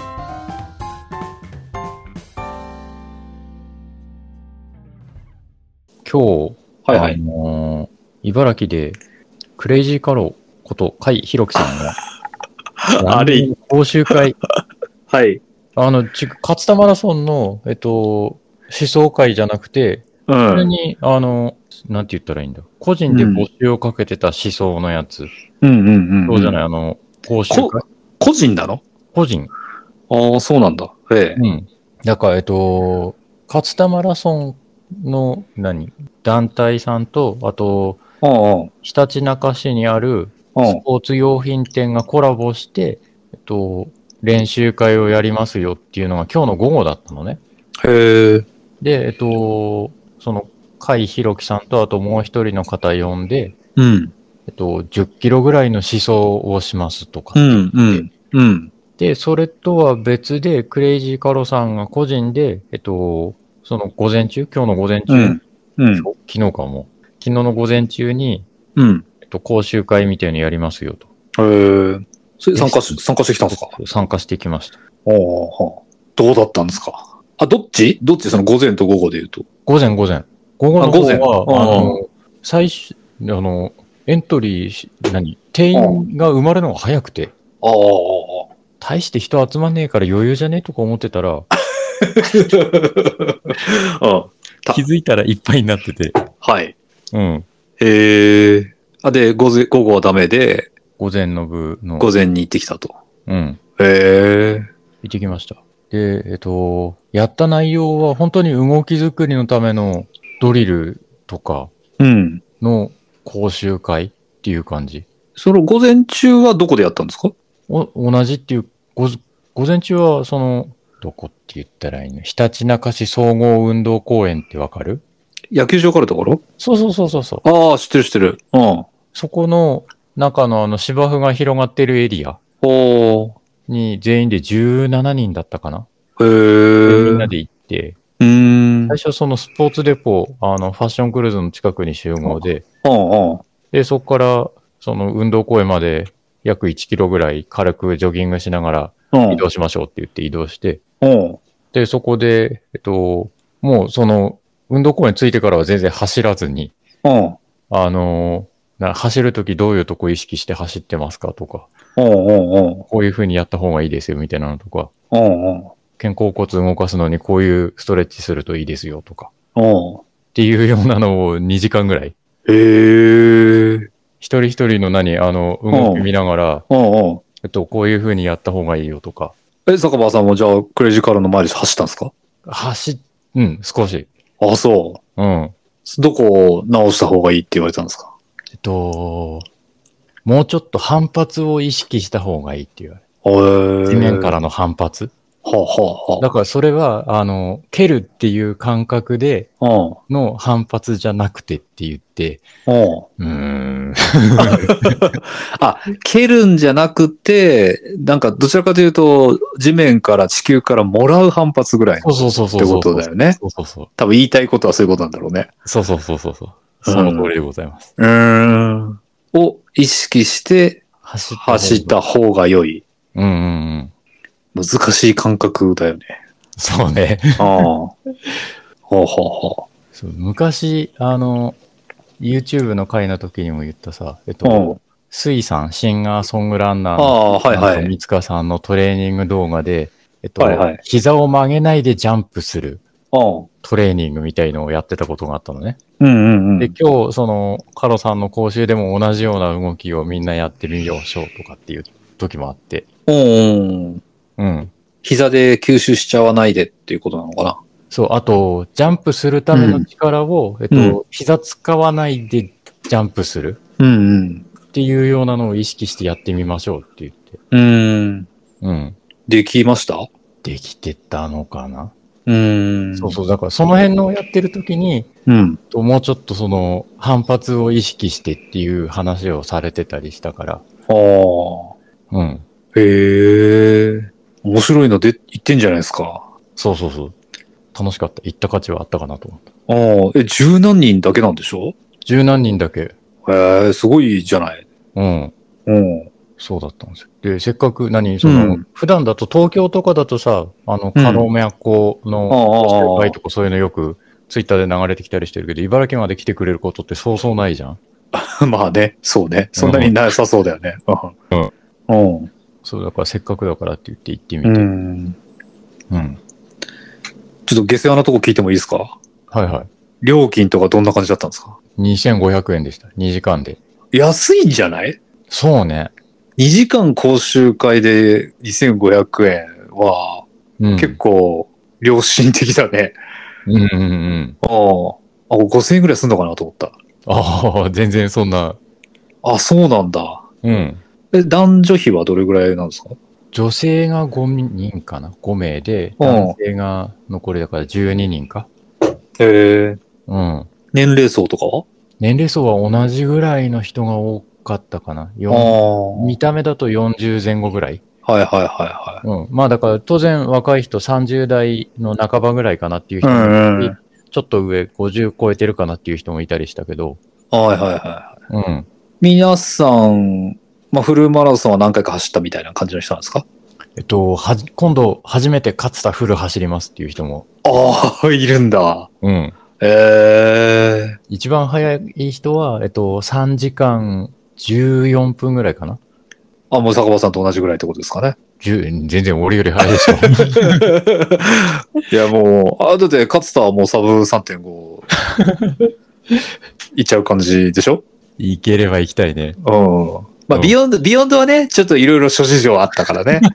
今日、 はいはい。 あのー、茨城でクレイジーカローこと甲斐弘樹さんがあれ講習会はい。 あのち勝田マラソンのえっと思想会じゃなくて、 うん、 それにあのなんて言ったらいいんだ、個人で募集をかけてた思想のやつ。 うんうんうん、うん。 そうじゃない、あの講習会。 個人なの？個人。ああ、そうなんだ。へえ。 うん。だからえっと勝田マラソンの何団体さんと、あとひたちなか市にあるスポーツ用品店がコラボして、えっと、練習会をやりますよっていうのが今日の午後だったのね。 へえ。 で、えっと、その甲斐弘樹さんとあともう一人の方呼んで、 うん、 えっと、じゅっキロぐらいの思想をしますとか。 うんうんうん。 で、それとは別で、クレイジーカロさんが個人で、えっと、その午前中、今日の午前中、 うん。うん。 昨日かも。昨日の午前中に、 うん。 えっと、講習会みたいのやりますよと。 えー、それ参加し、参加してきたんですか？ 参加してきました。 おお、どうだったんですか？あ、どっちどっちその午前と午後で言うと。 午前午前。午後のあ午前方は、あうんの、最初、あの、エントリーし、何定員が埋まるのが早くて、 ああ。 大して人集まんねえから余裕じゃねえとか思ってたら、 うん。た気づいたらいっぱいになってて、 はい。 うん。 ええあ、で、午前、午後はダメで、 午前の部の、 午前に行ってきたと。 うん。 ええ行ってきました。で、えっと、やった内容は本当に動き作りのためのドリルとかうん。 の講習会っていう感じ。 その午前中はどこでやったんですか？ お同じっていう、ご午前中はその、どこって言ったらいいの？ひたちなか市総合運動公園ってわかる？ 野球場があるところ？ そうそうそうそうそう。 ああ、知ってる知ってる。うん。 そこの中のあの芝生が広がってるエリアおー。 に全員でじゅうななにんだったかな。 へえ。 でみんなで行って、 うーん。 最初そのスポーツデポ、あのファッションクルーズの近くに集合で、 うんうん。 で、そこからその運動公園まで約いちキロぐらい軽くジョギングしながらうん。 移動しましょうって言って移動して、 うん。 で、そこで、えっと、もうその運動公園着いてからは全然走らずに、 うん。 あのな走るときどういうとこ意識して走ってますかとか、 うんうんうん。 こういう風にやった方がいいですよみたいなのとか、 うんうん。 肩甲骨動かすのにこういうストレッチするといいですよとか、 うん。 っていうようなのをにじかんぐらい、 へえ。 一人一人の何、あの、動き見ながら、 うんうん。 えっと、こういう風にやった方がいいよとか、 え、坂場さんもじゃあ、クレイジーカールの前で走ったんですか？ 走っ、うん、少し。 あ、そうん。 う。どこを直した方がいいって言われたんですか？ えっと、もうちょっと反発を意識した方がいいって言われへえ。 る。地面からの反発。 はあ、はだからそれは、あの、蹴るっていう感覚であ、はあ。 の反発じゃなくてって言って、 うん。うん。 うーん。 あ、蹴るんじゃなくて、なんかどちらかというと、地面から地球からもらう反発ぐらいのそうそうそうそう。 ってことだよね。 そうそうそう。 多分言いたいことはそういうことなんだろうね。 そうそうそうそうそう。その通りでございます。 うーん。を意識して走った方が走った方が良い。 うんうんうん。 難しい感覚だよね。 そうね。 ああ。ほうほうほそう昔、あの、YouTube の回の時にも言ったさ、えっう。 と、 うん。 スイさん、シンガーソングランナーあのあ、はいはい。 三塚さんのトレーニング動画で、えっと、 はいはい膝を曲げないでジャンプするうん。 トレーニングみたいのをやってたことがあったのね。 うんうんうで、 ん。 今日、その、カロさんの講習でも同じような動きをみんなやってみましょうとかっていう時もあって。 うん。 うん。 膝で吸収しちゃわないでっていうことなのかな。 そう、あと、ジャンプするための力を、えっと、 うん膝使わないでジャンプするうんうん。 っていうようなのを意識してやってみましょうって言って。 うーん。 うん。 できましたできてたのかな、 うーん。 そうそう。だからその辺のやってる時に、 うん。 ともうちょっとその反発を意識してっていう話をされてたりしたから。 ああ。 うん。 へえ。面白いので言ってんじゃないですか。 そうそうそう。楽しかった。行った価値はあったかなと思った。 ああ。え、十何人だけなんでしょ？ 十何人だけ。 へえ、すごいじゃない。 うん。 うん。 そうだったんですよ。で、せっかく何、その、 うん普段だと東京とかだとさ、あの、 うんカロメアコのああ講習会とかそういうのよくツイッターで流れてきたりしてるけど、茨城まで来てくれることってそうそうないじゃん。 まあね、そうね。そんなになさそうだよね。うん。うん。 そう、だからせっかくだからって言って行ってみうて。 ん。 うん。 ちょっと下世話なとこ聞いてもいいですか？ はいはい。 料金とかどんな感じだったんですか？ にせんごひゃくえんでした。にじかんで。 安いんじゃない？ そうね。 にじかん講習会でにせんごひゃくえんはうん。 結構良心的だね。 うんうんうん。 ああ。あ、ごせんえんぐらいすんのかなと思った。 ああ、全然そんな。 あ、そうなんだ。 うん。 え、男女比はどれぐらいなんですか？ 女性がごにんかな ?ご 名で、 うん男性が残りだからじゅうににんか。 へえ。 うん。 年齢層とかは？ 年齢層は同じぐらいの人が多かったかな。よんあ見た目だとよんじゅうぜん後ぐらい。 あ。 はいはいはいはうん。まあだから当然若い人さんじゅう代の半ばぐらいかなっていう人い。うもいんうん。 て、ちょっと上ごじゅう超えてるかなっていう人もいたりしたけど、 はいはいはいはい。 うん。 皆さん、まあ、フルマラソンは何回か走ったみたいな感じの人なんですか？ えっと、はじ、今度初めて勝田フル走りますっていう人も、 ああ、いるんだ。 うん。 ええ一番早い人は、えっと、さんじかんじゅうよんぷんぐらいかな。 あ、もう坂場さんと同じぐらいってことですかね。 じゅう全然俺より早いでしょ。 いや、もう、あ、だって、勝田はもうサブ さんてんご いっちゃう感じでしょ？ 行ければ行きたいね。 うん。まあ、 うんビヨンド、ビヨンドはね、ちょっといろいろ諸事情あったからね。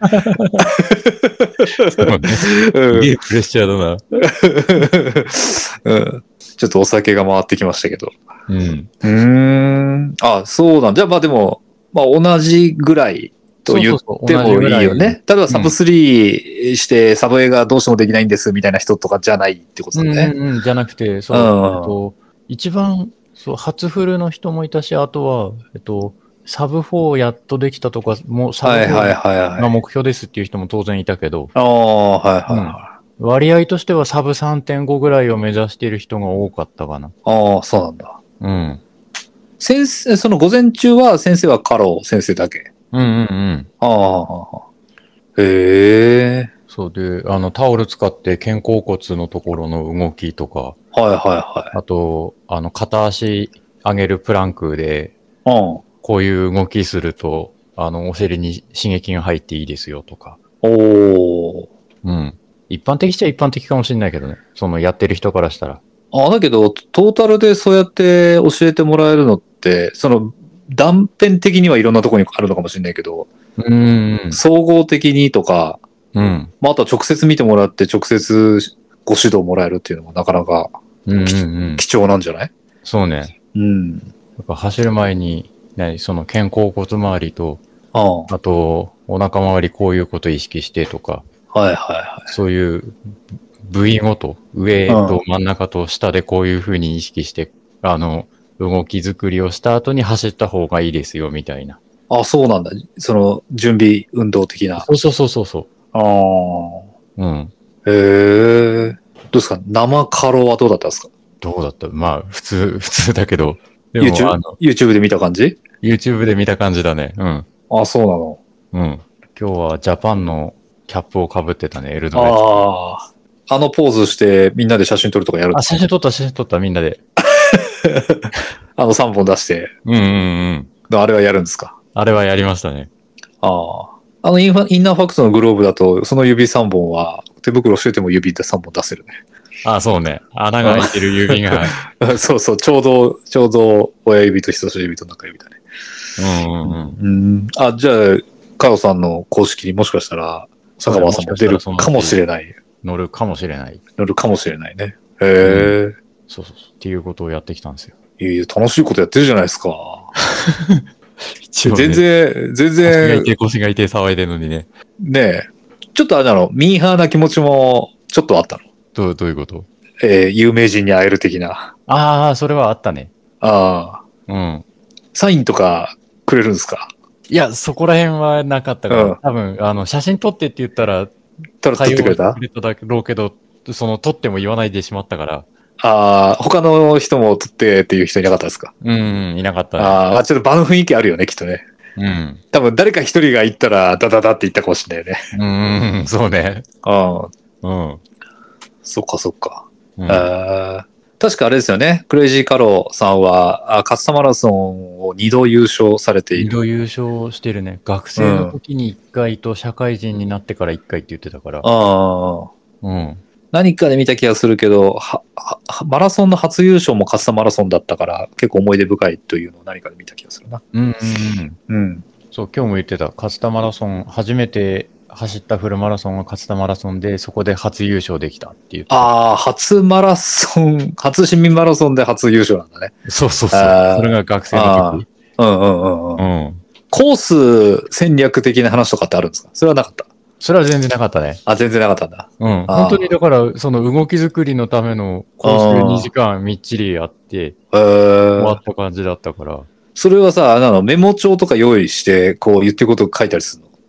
そうね。すうんげえプレッシャーだな。 うん。ちょっとお酒が回ってきましたけど。 うん。 うーん。あ、そうなんじゃあ、まあでも、まあ同じぐらいと言ってもいいよね。例えばサブスリーしてサブ A がどうしてもできないんですみたいな人とかじゃないってことだね。 うんうんうん、じゃなくて、そう、 うんえっと、一番、そう、初フルの人もいたし、あとは、えっと、サブフォーやっとできたとか、もうサブフォはいはいーはいはい。 が目標ですっていう人も当然いたけど、 ああ、はいはいは割合としてはサブ さんてんご ぐらいを目指している人が多かったかな。 い。ああ、そうなんだ。 うん。 先生、その午前中は先生はカロ先生だけ。 うんうんうん。 ああ、へえ。 そうで、あの、タオル使って肩甲骨のところの動きとか、 はいはいはい。 あと、あの、片足上げるプランクで、 うん。 こういう動きすると、あの、お尻に刺激が入っていいですよとか。 おー。 うん。一般的っちゃ一般的かもしれないけどね。そのやってる人からしたら。 あ、だけど、トータルでそうやって教えてもらえるのって、その断片的にはいろんなところにあるのかもしれないけど、 うーん。 総合的にとか、 うん。 まあ、あとは直接見てもらって直接ご指導もらえるっていうのもなかなかうんうんうん。 貴重なんじゃない？ そうね。 うん。 やっぱ走る前に、ね、その肩甲骨周りと、 ああ、はいあと、お腹周りこういうこと意識してとか、 はいはそういう部位ごと、上と真ん中と下でこういう風に意識して、あの、動き作りをした後に走った方がいいですよ、みたいな。 い。あ、そうなんだ。その準備運動的な。 そうそうそうそうそああ。 う。うん。 へえ。どうですか？生カロはどうだったんですか？ どうだったまあ、普通、普通だけど。でも、 YouTube あの、 YouTube で見た感じ？ YouTube で見た感じだね。うん。 あ、そうなの。 うん。今日はジャパンのキャップをかぶってたね、エルドレス。 ああ。あのポーズしてみんなで写真撮るとかやるんあ、 ですか？ 写真撮った、写真撮った、みんなで。 あのさんぼん出して、 うんうんうん。 あれはやるんですか？ あれはやりましたね。 ああ。あのインファインナーファクトのグローブだと、その指さんぼんは手袋してても指でさんぼん出せるね。 あ、そうね。穴が開いてる指が。 そうそう、ちょうど、ちょうど親指と人差し指と中指だね。 うんうんうん。 うん。あ、じゃあ、カヨさんの公式にもしかしたら、坂場さんも出るかもしれない。 乗るかもしれない。 乗るかもしれないね。へえ、 そうそうそう。っていうことをやってきたんですよ。 いやいや、楽しいことやってるじゃないですか。 一応ね、 全然、全腰が然痛、い腰が痛い騒いでるのにね。 ねえ、ちょっとあれなの、ミーハーな気持ちもちょっとあったの。 どう、どういうことえー有名人に会える的な。 ああ、それはあったね。 ああ、 うん。 サインとかくれるんですか？ いや、そこら辺はなかったから、 うん多分、あの、写真撮ってって言ったら、 撮撮ってくれた？ 対応してくれただろうけど、その、撮っても言わないでしまったから、 ああ、他の人も撮ってっていう人いなかったですか？ うん、うん、いなかったね。 ああ、ちょっと場の雰囲気あるよね、きっとね。 うん。 多分誰か一人が行ったらダダダって言ったかもしれないよね。 うん、うん、そうね。 ああ、 うん。 そっかそっか。 うん、 あー確かあれですよね。クレイジーカローさんは、あ勝田マラソンをにど優勝されている。 二度優勝してるね。学生の時にいっかいと社会人になってからいっかいって言ってたから。 ああ。 うん。 何かで見た気がするけど、は、は、マラソンの初優勝も勝田マラソンだったから、結構思い出深いというのを何かで見た気がするな。 うん、うん、うん。 うん。 そう、今日も言ってた。勝田マラソン、初めて走ったフルマラソンが勝田マラソンで、そこで初優勝できたっていう。 ああ、初マラソン、初市民マラソンで初優勝なんだね。 そうそうそう。 あーそれが学生の時。 うんうんうんうん。 うん。 コース戦略的な話とかってあるんですか？それはなかった。 それは全然なかったね。 あ、全然なかったんだ。 うん。 あー本当にだから、その動き作りのためのコースにじかんみっちりやって、 えー、 終わった感じだったから。 それはさ、あのメモ帳とか用意して、こう言ってること書いたりするの？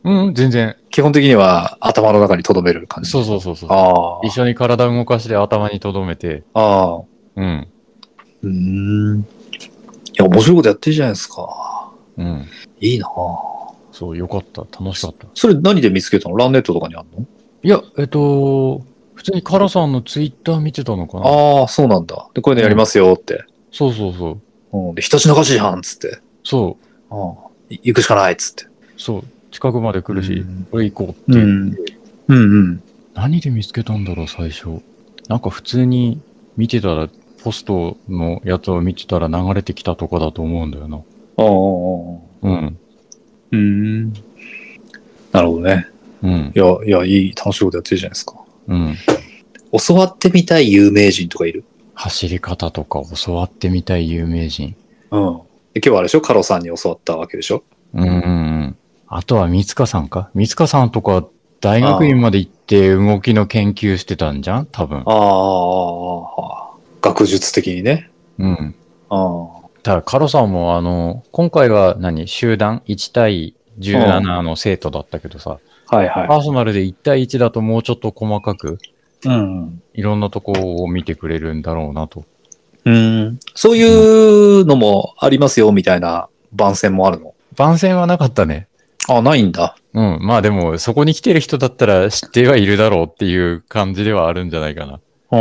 うん、全然。 基本的には頭の中に留める感じ。 そうそうそうそう。 ああ。 一緒に体動かして頭に留めて。 ああ。 うん。 うーん。いや、面白いことやってるじゃないですか。 うん。 いいなぁ。 そう、よかった。楽しかった。 それ何で見つけたの？ランネットとかにあんの？ いや、えっと、普通にカラさんのツイッター見てたのかな。 ああ、そうなんだ。で、こういうのやりますよって。 そうそうそう。 うん。で、ひたちなか市じゃんっつって。 そああ。い行くしかないっつって。 う。そう。近くまで来るしうん、 これ行こうってう言って、 ん。うんうん。 何で見つけたんだろう、最初。なんか普通に見てたら、ポストのやつを見てたら流れてきたとかだと思うんだよな。 ああ。 うん。 うん。なるほどね。 うん。 いや、いや、いい、楽しいことやってるじゃないですか。 うん。 教わってみたい有名人とかいる？ 走り方とか教わってみたい有名人。 うん。で今日はあれでしょ？カロさんに教わったわけでしょ？ うんうんうん。あとは三塚さんか三塚さんとか大学院まで行って動きの研究してたんじゃん多分。 ああ、学術的にね。 うん。 ああ。 ただ、カロさんもあの、今回は何集団いち対じゅうななの生徒だったけどさ、 はいはい。 パーソナルでいち対いちだともうちょっと細かく、 うん。 いろんなとこを見てくれるんだろうなと。 うん。そういうのもありますよ、みたいな番宣もあるの？ 番宣はなかったね。 あ、ないんだ。 うん。まあでも、そこに来てる人だったら知ってはいるだろうっていう感じではあるんじゃないかな。 うん。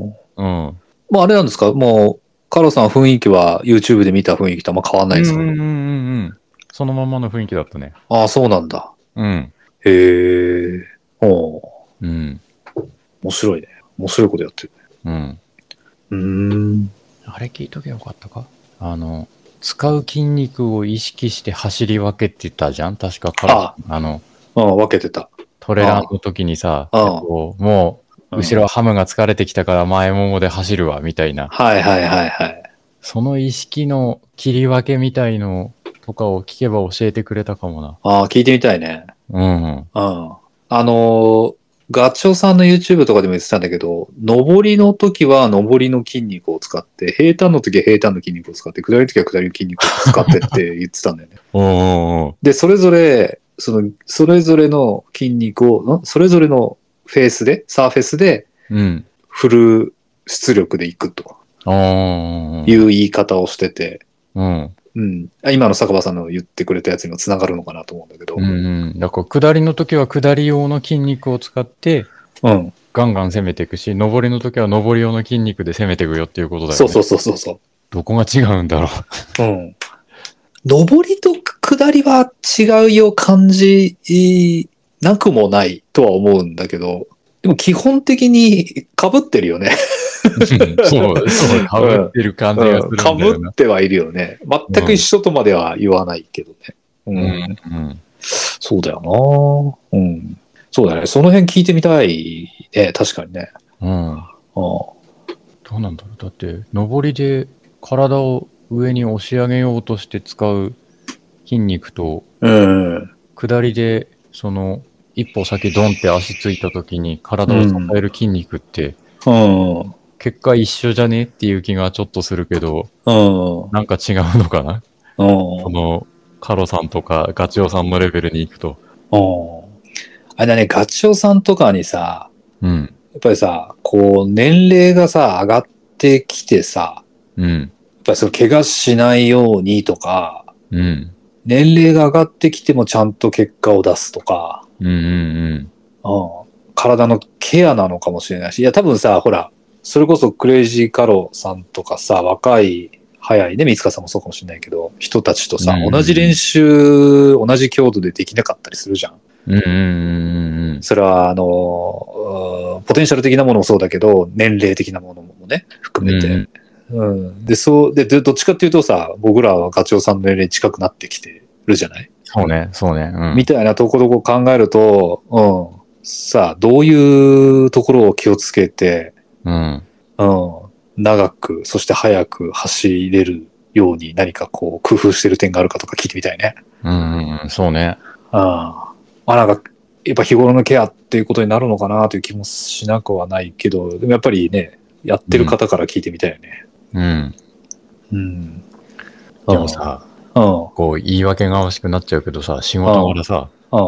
うん。 まああれなんですか？もう、カロさん雰囲気は YouTube で見た雰囲気とあんま変わんないんですか？ うんうんうんうんうん。そのままの雰囲気だったね。 ああ、そうなんだ。 うん。 へえ。おうん。 面白いね。面白いことやってるね。 うん。 うーん。 あれ聞いとけばよかったか？あの、使う筋肉を意識して走り分けって言ったじゃん確かカロああの、 あ、分けてた。 トレランの時にさ、 ああえっともう、後ろハムが疲れてきたから前ももで走るわ、みたいな。 はいはいはいはい。 その意識の切り分けみたいのとかを聞けば教えてくれたかもな。 ああ、聞いてみたいね。 うん。 うん。あのー、ガチョウさんの YouTube とかでも言ってたんだけど、上りの時は上りの筋肉を使って、平坦の時は平坦の筋肉を使って、下りの時は下りの筋肉を使ってって言ってたんだよね。 おうおうで、それぞれ、その、それぞれの筋肉を、んそれぞれのフェースで、サーフェスで、 うん。 フル出力でいくとおーいう言い方をしてて、 うん。 うん。今の坂場さんの言ってくれたやつにも繋がるのかなと思うんだけど、 うんうん。だから下りの時は下り用の筋肉を使って、 うん。 ガンガン攻めていくし、上りの時は上り用の筋肉で攻めていくよっていうことだよね。 そうそうそうそうそう。 どこが違うんだろうん。上りと下りは違うよ感じなくもないとは思うんだけど、でも基本的に被ってるよね。 う。そう、そう、かぶってる感じがするんだ被よな。 ってはいるよね。全く一緒とまでは言わないけどね。う。 うんん。うん。 そうだよな。うん。そうだね。その辺聞いてみたいね。確かにね。 うん。 ああどうなんだろう。だって、上りで体を上に押し上げようとして使う筋肉と、 うん。 下りで、その、一歩先ドンって足ついた時に体を支える筋肉って、 うん。 結果一緒じゃねっていう気がちょっとするけど、 うん。 なんか違うのかなうん。 その、カロさんとかガチオさんのレベルに行くと。 うん。あれだね、ガチョウさんとかにさ、 うん。 やっぱりさ、こう、年齢がさ、上がってきてさ、 うん。 やっぱりその怪我しないようにとか、 うん。 年齢が上がってきてもちゃんと結果を出すとか、 うんうんうん、体のケアなのかもしれないし、いや多分さ、ほら、それこそクレイジーカロさんとかさ、若い、早いね、三塚さんもそうかもしれないけど、人たちとさ、 うん同じ練習、同じ強度でできなかったりするじゃん。 うん。うんうんうんうん。 それは、あの、ポテンシャル的なものもそうだけど、年齢的なものもね、含めて。うんうん、で、そう、で、どっちかっていうとさ、僕らはガチョウさんの年齢近くなってきてるじゃない？ そうね、そうね。うん、 みたいなところを考えると、うん。さあ、どういうところを気をつけて、 うん。 うん。長く、そして速く走れるように何かこう、工夫してる点があるかとか聞いてみたいね。 うんうんうん、そうね。 ああ。まあなんか、やっぱ日頃のケアっていうことになるのかなという気もしなくはないけど、でもやっぱりね、やってる方から聞いてみたいよね。 うん。 うん。 でもさ、 うん。 こう言い訳が欲しくなっちゃうけどさ、仕事柄さ、 うん。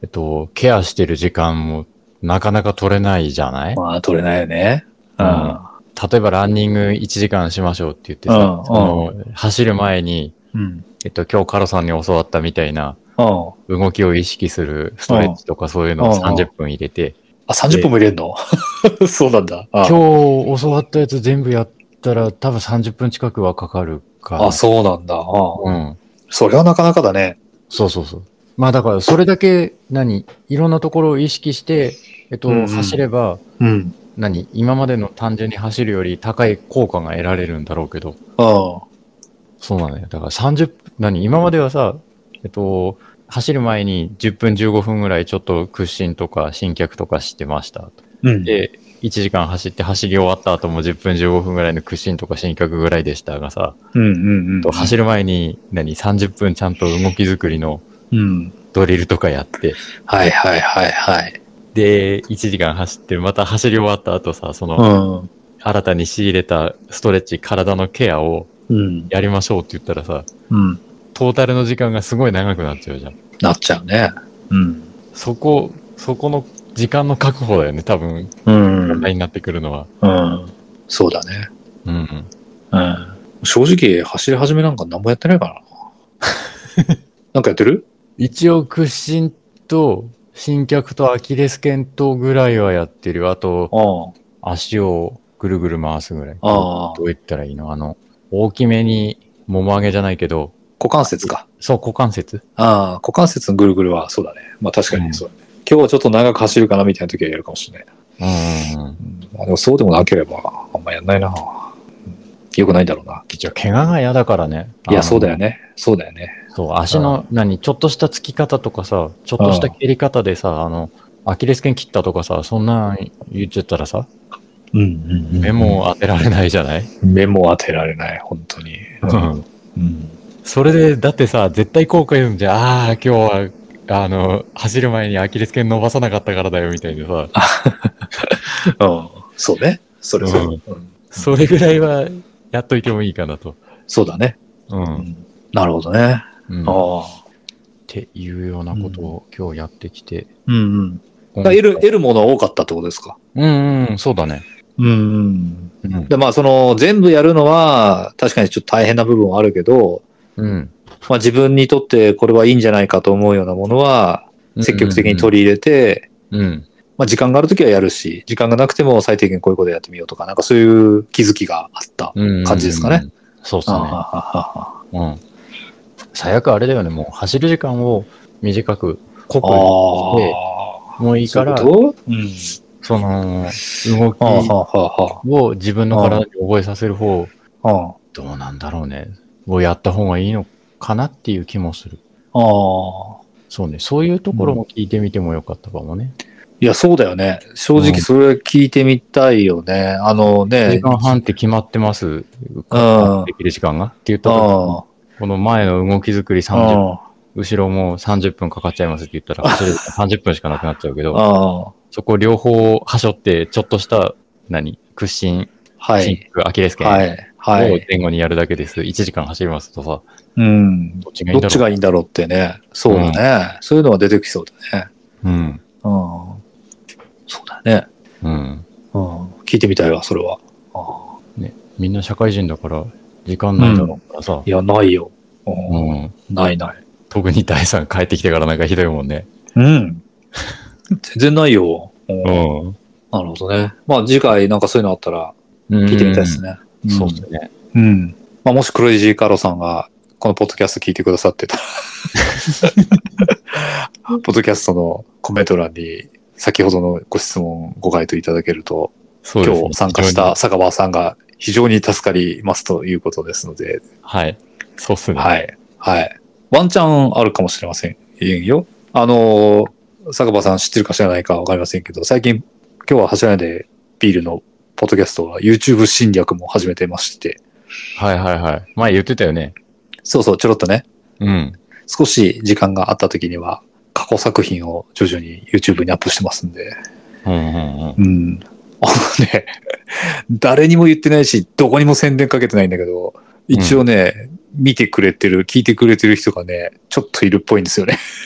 えっと、ケアしてる時間もなかなか取れないじゃない？ まあ、取れないよね。うん。 うん、例えばランニングいちじかんしましょうって言ってさ、 うん、 その走る前に、 うん、 えっと、今日カロさんに教わったみたいなうん。 動きを意識するストレッチとかそういうのをさんじゅっぷん入れて。 あ、さんじゅっぷんも入れんの？そうなんだ。 今日教わったやつ全部やったら多分さんじゅっぷん近くはかかるかな。 あ、そうなんだ。 うん。 それはなかなかだね。 そうそうそう。まあだからそれだけ何いろんなところを意識して、えっと、うんうん、走れば、 うん、 何今までの単純に走るより高い効果が得られるんだろうけど。 ああ。 そうなのよ。だからさんじゅっぷん、何今まではさ、えっと、走る前にじゅっぷんじゅうごふんぐらいちょっと屈伸とか伸脚とかしてましたと。うん、で、いちじかん走って走り終わった後もじゅっぷんじゅうごふんぐらいの屈伸とか伸脚ぐらいでしたがさ、 うんうんうんうん、 走る前に何さんじゅっぷんちゃんと動き作りのドリルとかやって、うん、 はいはいはいはい。 で、いちじかん走ってまた走り終わった後さ、その、うん、新たに仕入れたストレッチ、体のケアをやりましょうって言ったらさ、うん、トータルの時間がすごい長くなっちゃうじゃん。 なっちゃうね。うん。 そこ、そこの時間の確保だよね、多分。うん。問題になってくるのは。 うん。そうだね。 うん。 うん。正直、走り始めなんか何もやってないからな。なんかやってる？ 一応、屈伸と、伸脚とアキレス腱とぐらいはやってる。あと、あ足をぐるぐる回すぐらい。あどう言ったらいいの？あの、大きめに、もも上げじゃないけど、 股関節か。 そう、股関節。 ああ、股関節のぐるぐるはそうだね。まあ確かにそうだね。うん、今日はちょっと長く走るかなみたいな時はやるかもしれない。うんうんうん。まあでもそうでもなければ、あんまやんないな。よくないんだろうな。 一応、怪我が嫌だからね。 いや、そうだよね。そうだよね。 そう、足の、何、ちょっとしたつき方とかさ、ちょっとした蹴り方でさ、あの、アキレス腱切ったとかさ、そんなん言っちゃったらさ、うんうんうん、目も当てられないじゃない？ 目も当てられない、本当に。うんうん、それで、だってさ、絶対後悔言うんじゃん。ああ、今日は、あの、走る前にアキレス腱伸ばさなかったからだよ、みたいなさ。 うん、そうね。それそれ、うんうん。それぐらいはやっといてもいいかなと。 そうだね。うん。うん、なるほどね。うん、ああ。 っていうようなことを今日やってきて。 うんうん。得る、得るものは多かったってことですか？ うんうん、そうだね。 うん、うん。で、まあ、その、全部やるのは、確かにちょっと大変な部分はあるけど、うん。まあ、自分にとってこれはいいんじゃないかと思うようなものは、積極的に取り入れて、うん、うん。まあ、時間があるときはやるし、時間がなくても最低限こういうことやってみようとか、なんかそういう気づきがあった感じですかね。うんうんうん、 そうですね。うん。最悪あれだよね、もう走る時間を短く濃くしてもういいから、 そういうこと？うん。 その、動きを自分の体に覚えさせる方、どうなんだろうね。をやった方がいいのかなっていう気もする。ああ。そうね。そういうところも聞いてみてもよかったかもね。 いや、そうだよね。正直それ聞いてみたいよね。うん、あのね。 時間半って決まってます。うん。できる時間がって言ったとき、この前の動き作りさんじゅっぷん、後ろもさんじゅっぷんかかっちゃいますって言ったら、走るさんじゅっぷんしかなくなっちゃうけど、そこ両方はしょって、ちょっとした、何屈伸、はい、アキレス腱を前後にやるだけです。いちじかん走りますとさ。 うん。どっちがいいんだろう。どっちがいいんだろうってね。そうだね。うん、そういうのは出てきそうだね。うん。うん。そうだね。うん。うん。聞いてみたいわ、それは。 あね、みんな社会人だから、時間ないだろうからさ。うん、 いや、ないよ。うん。ないない。 特に第三帰ってきてからなんかひどいもんね。 うん。全然ないよ。うん。なるほどね。まあ次回なんかそういうのあったら聞いてみたいですね。 うん、そうですね。 うん。まあもしクレイジーカロさんがこのポッドキャスト聞いてくださってたらポッドキャストのコメント欄に先ほどのご質問ご回答いただけると、今日参加した坂場さんが非常に助かりますということですので。 はい。そうっすね。 はい。はい。ワンチャンあるかもしれませんよ。あの、坂場さん知ってるか知らないかわかりませんけど、最近、今日は走らないでビールのポッドキャストは YouTube 侵略も始めてまして。 はいはいはい。前言ってたよね。 そうそう、ちょろっとね。 うん。 少し時間があった時には、過去作品を徐々に YouTube にアップしてますんで。 うんうんうん。 うん。あのね、誰にも言ってないし、どこにも宣伝かけてないんだけど、一応ね、うん、見てくれてる、聞いてくれてる人がね、ちょっといるっぽいんですよね。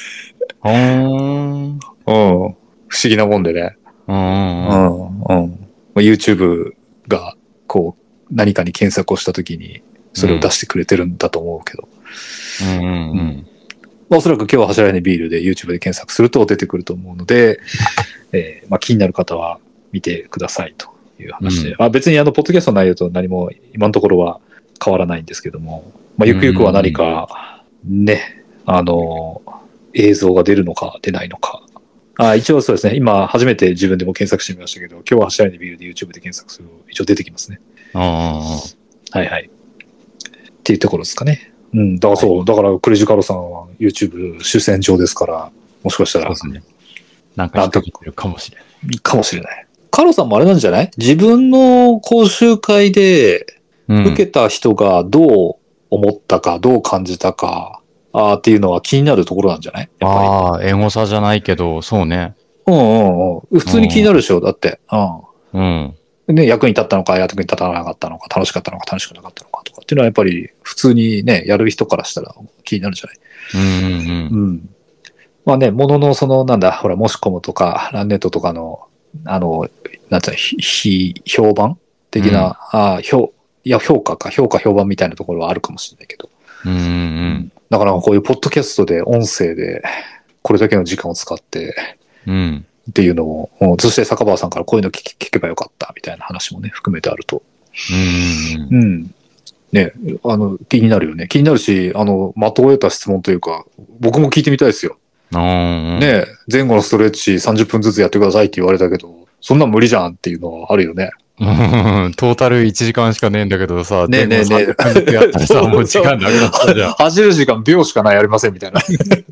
ほーん。 うん。不思議なもんでね。 うんうんううん。 ん。うん。YouTube が、こう、何かに検索をしたときに、それを出してくれてるんだと思うけど。 うんうんううんん。 まあ、おそらく今日は走らないビールで YouTube で検索すると出てくると思うので、えーまあ、気になる方は見てくださいという話で。 うんまあ、別にあの、ポッドキャストの内容と何も今のところは変わらないんですけども、まあ、ゆくゆくは何か、ね、あの、映像が出るのか出ないのか。あ一応そうですね、今初めて自分でも検索してみましたけど、今日は走らないビールで YouTube で検索すると一応出てきますね。 うんうんうん。 はいはい。っていうところですかね。うん、だからそう、だからクレジカロさんは YouTube 主戦場ですから、もしかしたら、 そうですね。なんか仕掛けてるかもしれない。 かもしれない。カロさんもあれなんじゃない？自分の講習会で受けた人がどう思ったか、どう感じたか、あーっていうのは気になるところなんじゃない？やっぱり。 ああ、エゴサじゃないけど、そうね。 うんうんうん。普通に気になるでしょ、だって。 うん。 うん。ね、役に立ったのか、役に立たなかったのか、楽しかったのか、楽しくなかったのかとかっていうのはやっぱり普通にね、やる人からしたら気になるじゃない？ うんうんうん。まあね、もののその、なんだ、ほら、モシコムとか、ランネットとかの、あの、なんつうの、ひ、ひ評判的な、 うんああ、評、いや、評価か、評価評判みたいなところはあるかもしれないけど。 うん。うんうんだからこういうポッドキャストで音声で、これだけの時間を使って、 うん。うん。 っていうのも、もうそして坂場さんからこういうの聞聞けばよかったみたいな話もね、含めてあると。 うんうん。 うん。ね、あの、気になるよね。気になるし、あの、的を得た質問というか、僕も聞いてみたいですよ。 ねね前後のストレッチさんじゅっぷんずつやってくださいって言われたけど、そんなん無理じゃんっていうのはあるよね。 トータルいちじかんしかねえんだけどさ、 ねえねえねえ。 やったらさ、もう時間なくなったじゃん。 走る時間秒しかないありませんみたいな。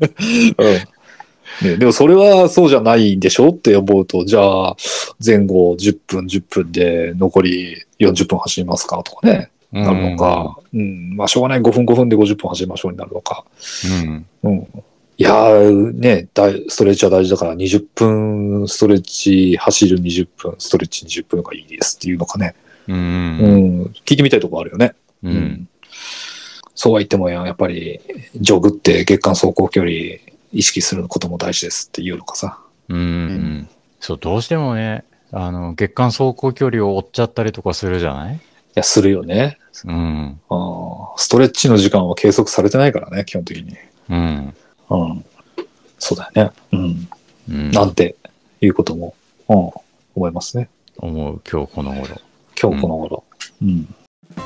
うんね、でもそれはそうじゃないんでしょって思うと、じゃあ前後じゅっぷんじゅっぷんで残りよんじゅっぷん走りますかとかね。なるのか。うん。まあしょうがないごふんごふんでごじゅっぷん走りましょうになるのか。 うん。 うん。いやーね、ストレッチは大事だからにじゅっぷんストレッチ、走るにじゅっぷん、ストレッチにじゅっぷんがいいですっていうのかね。 うん。 うん。聞いてみたいところあるよね。 うん。うん、 そうは言ってもや、やっぱり、ジョグって月間走行距離意識することも大事ですっていうのかさ。 うん。うん。そう、どうしてもね、あの、月間走行距離を追っちゃったりとかするじゃない？いや、するよね。 うん。 あストレッチの時間は計測されてないからね、基本的に。 うん。 うん。そうだよね。うん。 うん、 なんていうことも、うん、思いますね。 思う、今日この頃。 今日この頃。うん。うん、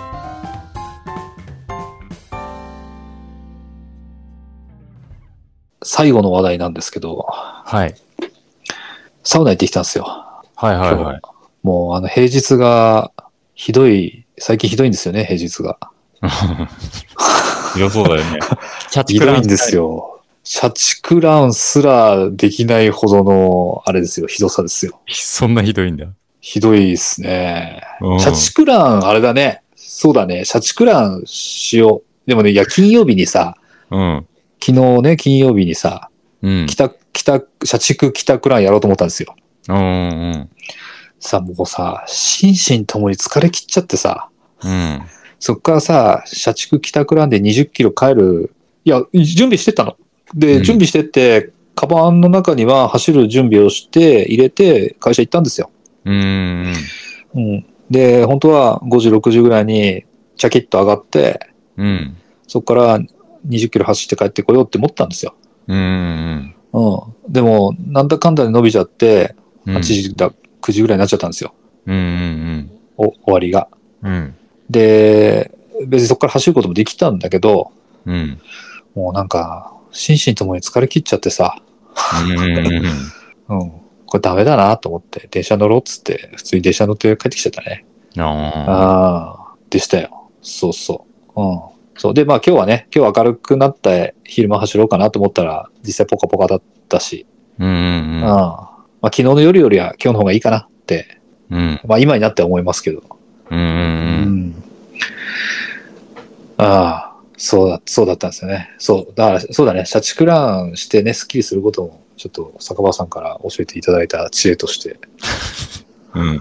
最後の話題なんですけど、 はい。 サウナ行ってきたんですよ。 はいはいはい。 もう、あの、平日がひどい、最近ひどいんですよね、平日が。 ひどそうだよね。 ひどいんですよ。社畜ランすらできないほどの、あれですよ、ひどさですよ。 そんなひどいんだ。 ひどいですね。 うん、 社畜ラン、あれだね。そうだね。社畜ランしよう。でもね、いや、金曜日にさ、 うん、 昨日ね、金曜日にさ、 うん、 帰宅、帰宅、社畜帰宅ランやろうと思ったんですよ。 うん、うん。 さ、もうさ、心身ともに疲れ切っちゃってさ、 うん、 そっからさ、社畜帰宅ランでにじゅっキロ帰る、いや、準備してたの。で、うん、準備してって、カバンの中には走る準備をして入れて会社行ったんですよ。 うん、 うん。で、本当はごじ、ろくじぐらいにチャキッと上がって、 うん、 そこからにじゅっキロ走って帰ってこようって思ったんですよ。 うん、 うん。でも、なんだかんだで伸びちゃって、はちじだ、くじぐらいになっちゃったんですよ。 うん、うん、 お、終わりが。 うん。 で、別にそこから走ることもできたんだけど、 うん、 もうなんか、心身ともに疲れ切っちゃってさ、うん、うん。これダメだなと思って、電車乗ろうっつって、普通に電車乗って帰ってきちゃったね。ああ、でしたよ。そうそう。うん。そう。で、まあ今日はね、今日明るくなった昼間走ろうかなと思ったら、実際ポカポカだったし、 うんうんうん、 あまあ昨日の夜よりは今日の方がいいかなって、 うん、 まあ今になって思いますけど。 うんうんうん、 ああ、そうだ、そうだったんですよね。そう、だから、そうだね、社畜ランしてね、スッキリすることも、ちょっと坂場さんから教えていただいた知恵として。 うん。うん。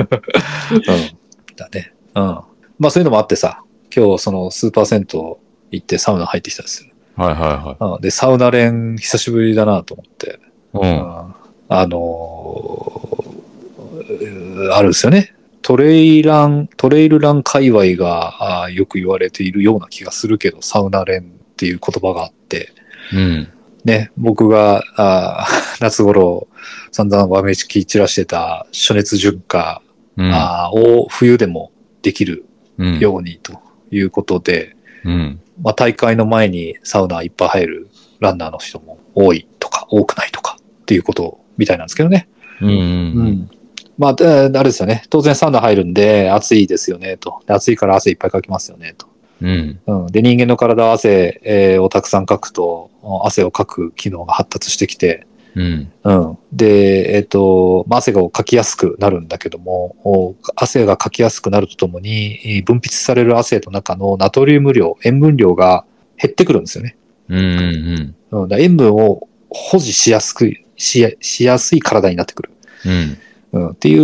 だね。うん。まあそういうのもあってさ、今日そのスーパー銭湯行ってサウナ入ってきたんですよ。 はいはいはうん、で、サウナ連久しぶりだなと思って。 い。う。 うんん、あのーあるんですよね。トレイラン、トレイルラン界隈があよく言われているような気がするけど、サウナ連っていう言葉があって、 うん。 ね、僕があ夏頃散々わめき散らしてた暑熱順化、 うん。 あを冬でもできるうん。 ようにということで、 うん。 まあ、大会の前にサウナいっぱい入るランナーの人も多いとか多くないとかっていうことみたいなんですけどね。 うん。う。 うんん。まあ、あれですよね。当然サウナ入るんで暑いですよねと。暑いから汗いっぱいかきますよねと。 うん。 うん、で、人間の体は汗、えーをたくさんかくと、汗をかく機能が発達してきて、 うん。 うん。で、えっ、と、まあ、汗がかきやすくなるんだけども、汗がかきやすくなるとともに、分泌される汗の中のナトリウム量、塩分量が減ってくるんですよね。 うん。うん。 うん、だ塩分を保持しやすくしや、しやすい体になってくる。 うん。 うん、っていう、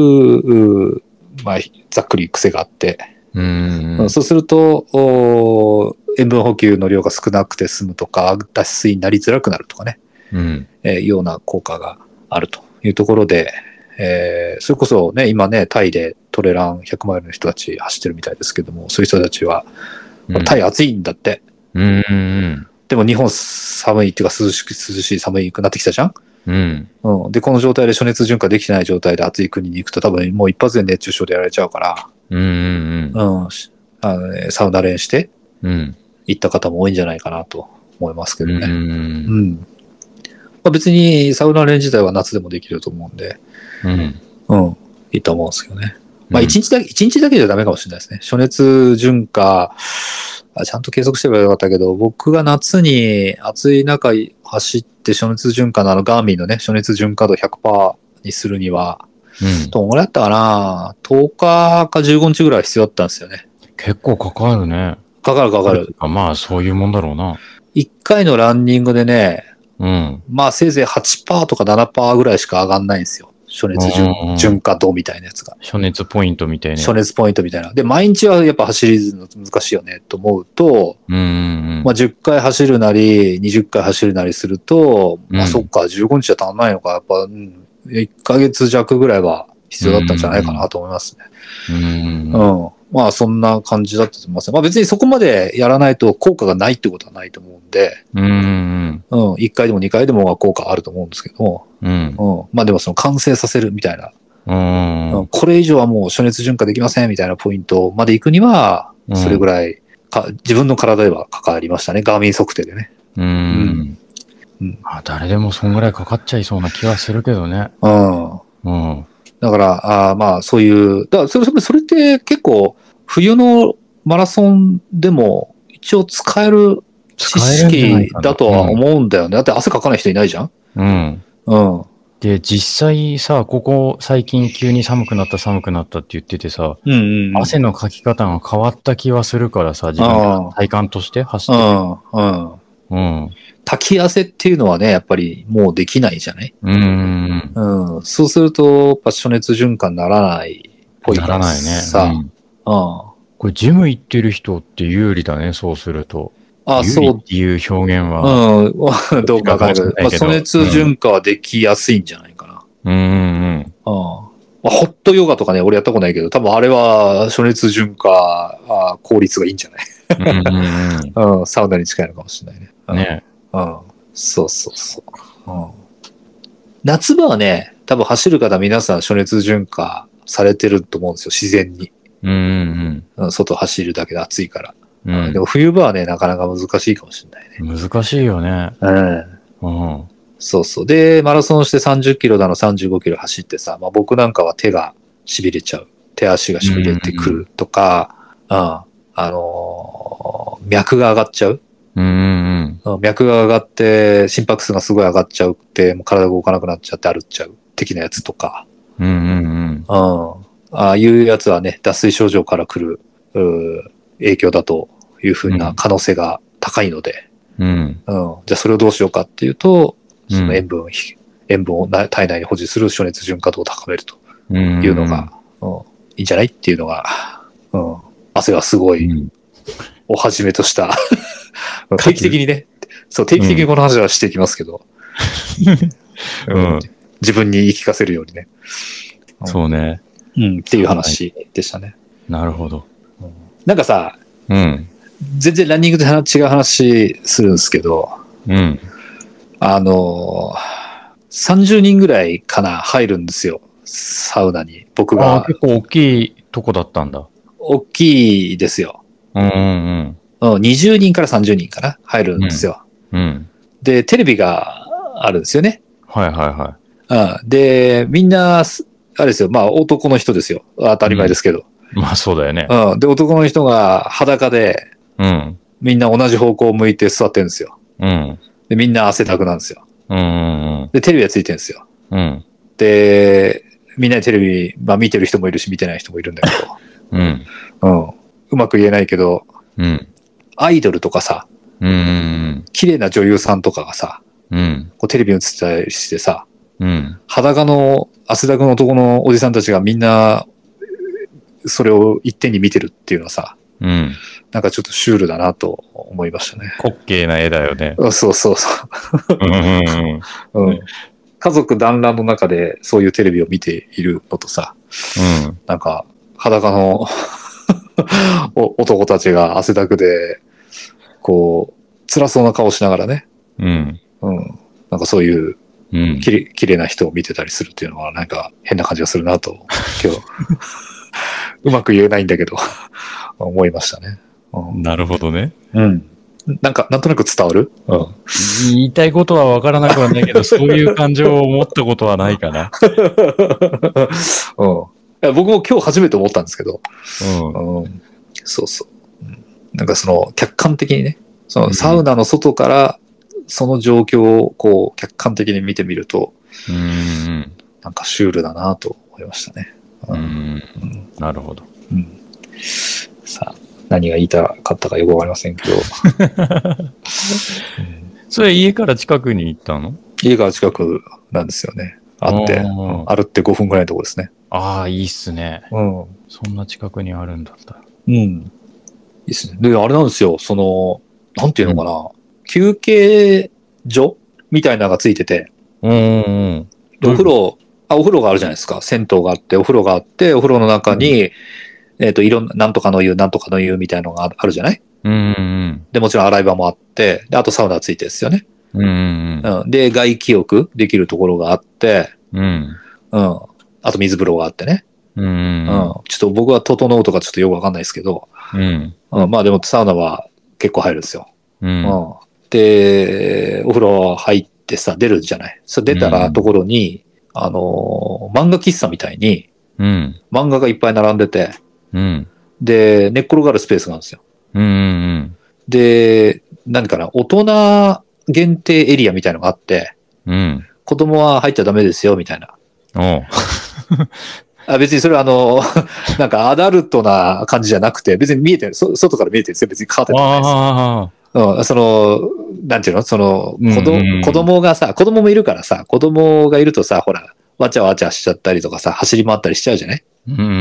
うまあ、ざっくり癖があって、 うん。 うん、そうすると、塩分補給の量が少なくて済むとか、脱水になりづらくなるとかね。 うん。 えー、ような効果があるというところで、えー、それこそね、今ね、タイでトレランひゃくマイルの人たち走ってるみたいですけども、そういう人たちは、タイ暑いんだって。 うん。 でも日本寒いっていうか涼しく、涼しい寒くなってきたじゃん。 うん。 うん。で、この状態で暑熱順化できてない状態で暑い国に行くと多分もう一発で熱中症でやられちゃうから、 うん。 うん。あのね、サウナ練して、 うん。 行った方も多いんじゃないかなと思いますけどね。 うん。 うん。まあ、別にサウナ練自体は夏でもできると思うんで、 うん。 うん。いいと思うんですけどね。まあ一日だけ、一日だけじゃダメかもしれないですね。暑熱順化、あちゃんと計測してればよかったけど、僕が夏に暑い中走って暑熱順化のあのガーミンのね、暑熱順化度 ひゃくパーセント にするには、 うん。 どんぐらいだったかな ?とおかかじゅうごにちぐらい必要だったんですよね。 結構かかるね。 かかるかかる。 まあそういうもんだろうな。 いっかいのランニングでね、 うん。 まあせいぜい はちパーセント とか ななパーセント ぐらいしか上がんないんですよ。暑熱順順化度みたいなやつが。 暑熱ポイントみたいな。 暑熱ポイントみたいな。で、毎日はやっぱ走りの難しいよねと思うと、 うんうんうん、 まあじゅっかい走るなり、にじゅっかい走るなりすると、 うん、 まあそっか、じゅうごにちじゃ足んないのか、やっぱ、うん、いっかげつ弱ぐらいは必要だったんじゃないかなと思いますね。 うん。 うん。まあそんな感じだったと思います。まあ別にそこまでやらないと効果がないってことはないと思うんで、 うんうんうん。いっかいでもにかいでも効果あると思うんですけど、 うん。 うん。まあでもその完成させるみたいな、 うんうん、これ以上はもう暑熱順化できませんみたいなポイントまで行くには、それぐらいか、自分の体では関わりましたね。ガーミン測定でね。 うん。うんうん、まあ誰でもそんぐらいかかっちゃいそうな気はするけどね。 うん。 うん。 だから、あまあそういう、だからそれ、それって結構冬のマラソンでも一応使える知識だとは思うんだよね。だって汗かかない人いないじゃん。 うん。 うん。 で、実際さ、ここ最近急に寒くなった寒くなったって言っててさ、 うんうんうん、 汗のかき方が変わった気はするからさ、自分の体感として走ってる。 うん。 うん。 滝汗っていうのはね、やっぱりもうできないじゃないうん。 うん。そうすると、やっぱ暑熱循環にならないっぽいからさ。 ならないね。うん。 ああこれジム行ってる人って有利だね、そうすると。 ああ、そう。 っていう表現は。 うん。どうかわかんないけど、まあ、暑熱順化はできやすいんじゃないかな。 うんうんうん。 ああ。まあ、ホットヨガとかね、俺やったことないけど、多分あれは暑熱順化、あ効率がいいんじゃないうんうん、うん。サウナに近いのかもしれないね。うん、 ね。 うん。そうそうそう。うん、夏場はね、多分走る方皆さん暑熱順化されてると思うんですよ、自然に。 うんうん、 外走るだけで暑いから、 うん。 でも冬場はね、なかなか難しいかもしれないね。難しいよね。 うん。 うん。 そうそう。で、マラソンしてさんじゅっキロだのさんじゅうごキロ走ってさ、まあ僕なんかは手が痺れちゃう。手足が痺れてくるとか、うん、うん、あのー、脈が上がっちゃう。 うんうん、 脈が上がって、心拍数がすごい上がっちゃうって、もう体が動かなくなっちゃって歩っちゃう的なやつとか。 うんうんうん。 うん。ああいうやつはね、脱水症状から来る、う影響だというふうな可能性が高いので、 うん。うん、 じゃあそれをどうしようかっていうと、その塩分、うん、塩分を体内に保持する暑熱順化度を高めるというのが、うんうん、いいんじゃないっていうのが、うん、汗がすごい、をはじめとした、定期的にね、 そう、定期的にこの話はしていきますけど。 うん。 自分に言い聞かせるようにね。 そうね。 うん、っていう話でしたね。 なるほど。 なんかさ、 うん。 全然ランニングと違う話するんですけど、 うん。 あのー、さんじゅうにんぐらいかな、入るんですよ。サウナに。僕が。 あ、結構大きいとこだったんだ。 大きいですよ。 うんうんうん。にじゅうにんからさんじゅうにんかな、入るんですよ。 うん。うん。 で、テレビがあるんですよね。 はいはいはい。うん。で、みんな、あれですよ。まあ、男の人ですよ。当たり前ですけど。 うん、まあそうだよね。 うん。で、男の人が裸で、 うん。みんな同じ方向を向いて座ってるんですよ。 うん。 で、みんな汗だくなんですよ。 うんうんうん。 で、テレビがついてるんですよ。 うん。 で、みんなでテレビ、まあ見てる人もいるし見てない人もいるんだけど。 うん。 うん。うまく言えないけど、 うん。 アイドルとかさ、 うんうんうん。 綺麗な女優さんとかがさ、 うん。 こうテレビに映ってたりしてさ、 うん。 裸の汗だくの男のおじさんたちがみんな、それを一点に見てるっていうのはさ、 うん。 なんかちょっとシュールだなと思いましたね。 滑稽な絵だよね。 そうそうそう。 うんうんうん、家族団らんの中でそういうテレビを見ているのとさ、うん、なんか裸の男たちが汗だくで、こう、辛そうな顔しながらね、 うん。 うん、なんかそういう、 うん、 きれ綺麗な人を見てたりするっていうのはなんか変な感じがするなと、今日、うまく言えないんだけど、思いましたね。 うん、なるほどね。 うん。なんか、なんとなく伝わる？うん。 言いたいことはわからなくはないけど、そういう感情を持ったことはないかな。 うん。僕も今日初めて思ったんですけど、 うん。 うん、そうそう。なんかその、客観的にね、そのサウナの外から、その状況をこう、客観的に見てみると、 うん、 なんかシュールだなと思いましたね。 うん。うん、なるほど。 うん。さあ、何が言いたかったかよくわかりませんけど。うん、 それ家から近くに行ったの？ 家から近くなんですよね。あって、歩ってごふんぐらいのところですね。 ああ、いいっすね。うん。そんな近くにあるんだった。 うん。いいっすね。で、あれなんですよ。その、なんていうのかな。うん、休憩所みたいなのがついてて。 うんうん。 で、お風呂、あ、お風呂があるじゃないですか。銭湯があって、お風呂があって、お風呂の中に、うん、えっと、いろんな、なんとかの湯、なんとかの湯みたいなのがあるじゃない？うんうんうん。で、もちろん洗い場もあって、で、あとサウナついてるんですよね。うんうんうん。で、外気浴できるところがあって、うん。うん。あと水風呂があってね。うん、うん。うん。ちょっと僕は整うとかちょっとよくわかんないですけど、うん。うん、まあでもサウナは結構入るんですよ。うん。うん、で、お風呂入ってさ、出るじゃない。それ出たらところに、うん、あのー、漫画喫茶みたいに、うん。漫画がいっぱい並んでて、うん。で、寝っ転がるスペースがあるんですよ。うんうんうん。で、何かな、大人限定エリアみたいなのがあって、うん。子供は入っちゃダメですよ、みたいな。おあ別にそれはあの、なんかアダルトな感じじゃなくて、別に見えてる、そ外から見えてるんですよ。別にカーテンとかないですよ。うん、その、なんていうのその、子供、うんうん、子供がさ、子供もいるからさ、子供がいるとさ、ほら、わちゃわちゃしちゃったりとかさ、走り回ったりしちゃうじゃない？うんうんうん、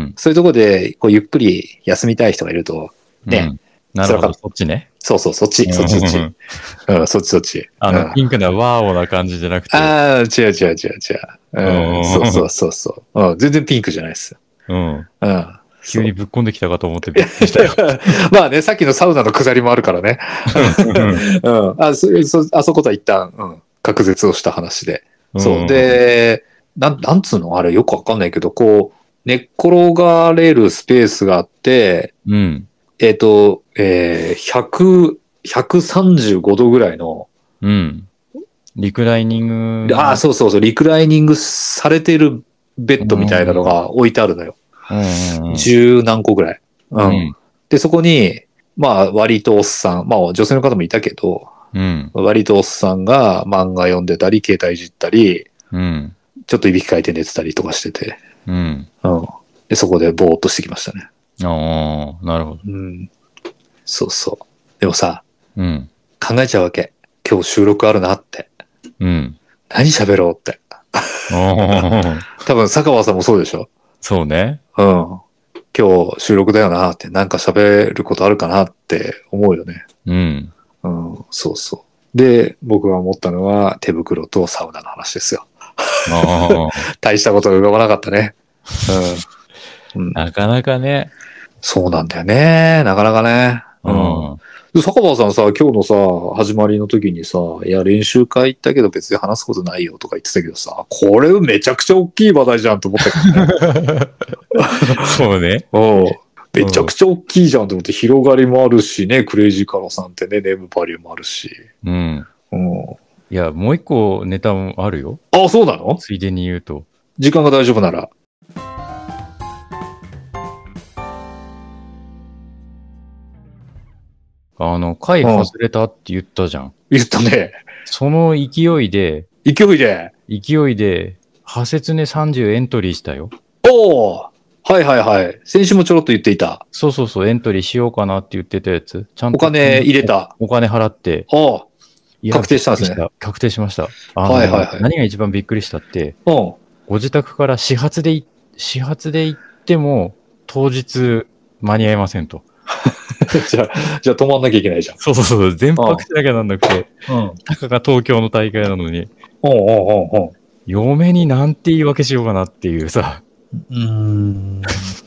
そういうところで、こう、ゆっくり休みたい人がいると、ね。うん、 なるほど、そっちね。 そうそう、そっち、そっちそっち。うん、そっちそっち。 あの、うん、ピンクなワーオな感じじゃなくて。 ああ、違う違う違う違う。うん、そうそうそうそう、うん。全然ピンクじゃないです。うん。うん。 急にぶっこんできたかと思ってびっくりしたよ。 まあね、さっきのサウナの下りもあるからね。うん。あそそあそことは一旦、うん、隔絶をした話で。そう。で、なん、なんつうのあれよくわかんないけど、こう、寝っ転がれるスペースがあって、うん。えっ、ー、と、えー、ひゃく、ひゃくさんじゅうごどぐらいの、 うん。リクライニング。 ああ、そうそうそう、リクライニングされてるベッドみたいなのが置いてあるのよ。うん。十何個ぐらい。うん。うん、で、そこに、まあ、割とおっさん、まあ、女性の方もいたけど、うん。割とおっさんが漫画読んでたり、携帯いじったり、うん。ちょっといびきかいて寝てたりとかしてて、うん。うん。で、そこでぼーっとしてきましたね。 ああ、なるほど。 うん。そうそう。でもさ、うん。考えちゃうわけ。今日収録あるなって。うん。何喋ろうって。多分、坂川さんもそうでしょ？ そうね。 うん。今日収録だよなって、なんか喋ることあるかなって思うよね。うん。うん、そうそで、僕が思ったのは手袋とサウナの話ですよ。 あ大したことが浮かばなかったね。うん。うん、 なかなかね。 そうなんだよね。なかなかね。 うん。 うん坂場さんさ、今日のさ、始まりの時にさ、いや、練習会行ったけど別に話すことないよとか言ってたけどさ、これめちゃくちゃ大きい話題じゃんと思ったけどね。 そうね。 うん。めちゃくちゃ大きいじゃんと思って、広がりもあるしね、クレイジーカロさんってね、ネームバリューもあるし。 うん。 うん。 いや、もう一個ネタもあるよ。 あ、そうなの？ ついでに言うと。 時間が大丈夫なら。 あの、回外れたって言ったじゃん。 言ったね。 その勢いで、 勢いで。 勢いで、ハセツネさんじゅうエントリーしたよ。 おおはいはいはい。先週もちょろっと言っていた。 そうそうそう、エントリーしようかなって言ってたやつ。ちゃんと。 お金入れた。 お金払って。 おお確定したんですね。 確定しました。あの、はいはいはい。何が一番びっくりしたって、うん、ご自宅から始発で、始発で行っても、当日間に合いませんと。 じゃあ、じゃあ止まんなきゃいけないじゃん。 そうそうそう、全泊しなきゃなんなくて、うん、たかが東京の大会なのに、 おうおうおうおう嫁になんて言い訳しようかなっていうさ。 うーん。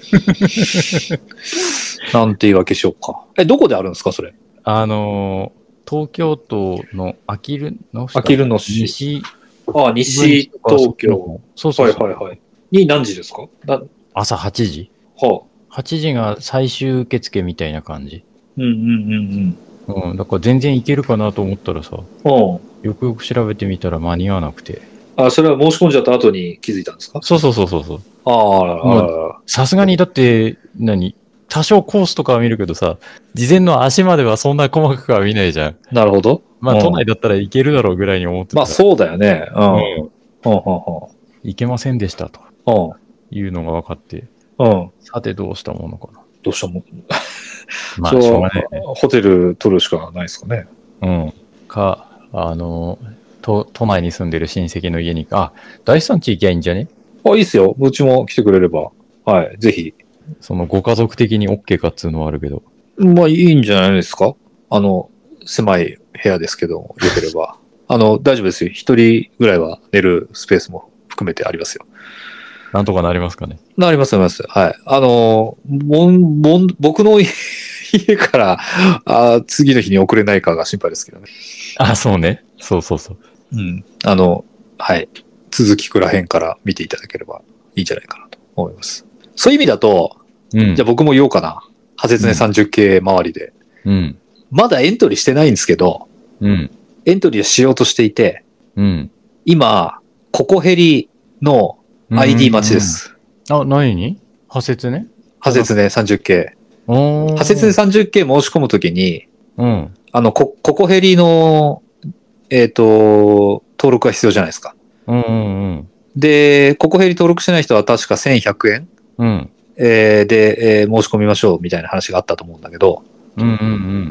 なんて言い訳しようか。え、どこであるんですか、それ。 あのー、東京都のあきる野市。 あきる野市。 西。 ああ、西東京。 そうそうそう。 はいはいはい。に何時ですか？ 朝はちじ。 はあ。 はちじが最終受付みたいな感じ。 うんうんうんうん。うん。だから全然いけるかなと思ったらさ、うん。よくよく調べてみたら間に合わなくて。 あ、それは申し込んじゃった後に気づいたんですか？ そうそうそうそう。 ああ、 あさすがにだって、何多少コースとかは見るけどさ、事前の足まではそんな細かくは見ないじゃん。 なるほど。 まあ、うん、都内だったらいけるだろうぐらいに思ってた。 まあ、そうだよね。うん。うん。うん。 いけませんでしたと。 うん。 いうのが分かって。 うん。 さてどうしたものかな。 どうしたものまあ、しょうがないね。 ホテル取るしかないですかね。 うん。か、あの、都、都内に住んでる親戚の家に、あ、大地さんち行きゃいいんじゃね？ あ、いいっすよ。うちも来てくれれば。はい。ぜひ。 そのご家族的に OK かっつうのはあるけど。 まあいいんじゃないですか。あの、狭い部屋ですけど、よければ。あの、大丈夫ですよ。一人ぐらいは寝るスペースも含めてありますよ。 なんとかなりますかね。 なります、なります。はい。あの、もん、もん、僕の家からあ次の日に送れないかが心配ですけどね。 あ、そうね。そうそうそう。 うん。あの、はい。続きくらへんから見ていただければいいんじゃないかなと思います。そういう意味だと、うん、じゃあ僕も言おうかな。ハセツネさんじゅっ系周りで。うん。まだエントリーしてないんですけど、うん。エントリーしようとしていて、うん。今、ココヘリの アイディー 待ちです。 あ、何に？ハセツネ？ ハセツネさんじゅっ系。ハセツネさんじゅっ系申し込むときに、うん。あの、ココヘリの、えっと、登録が必要じゃないですか。うんうんうん。で、ココヘリ登録してない人は確かせんひゃくえん。うん。えー、で、えー、申し込みましょうみたいな話があったと思うんだけど、うんうんうん。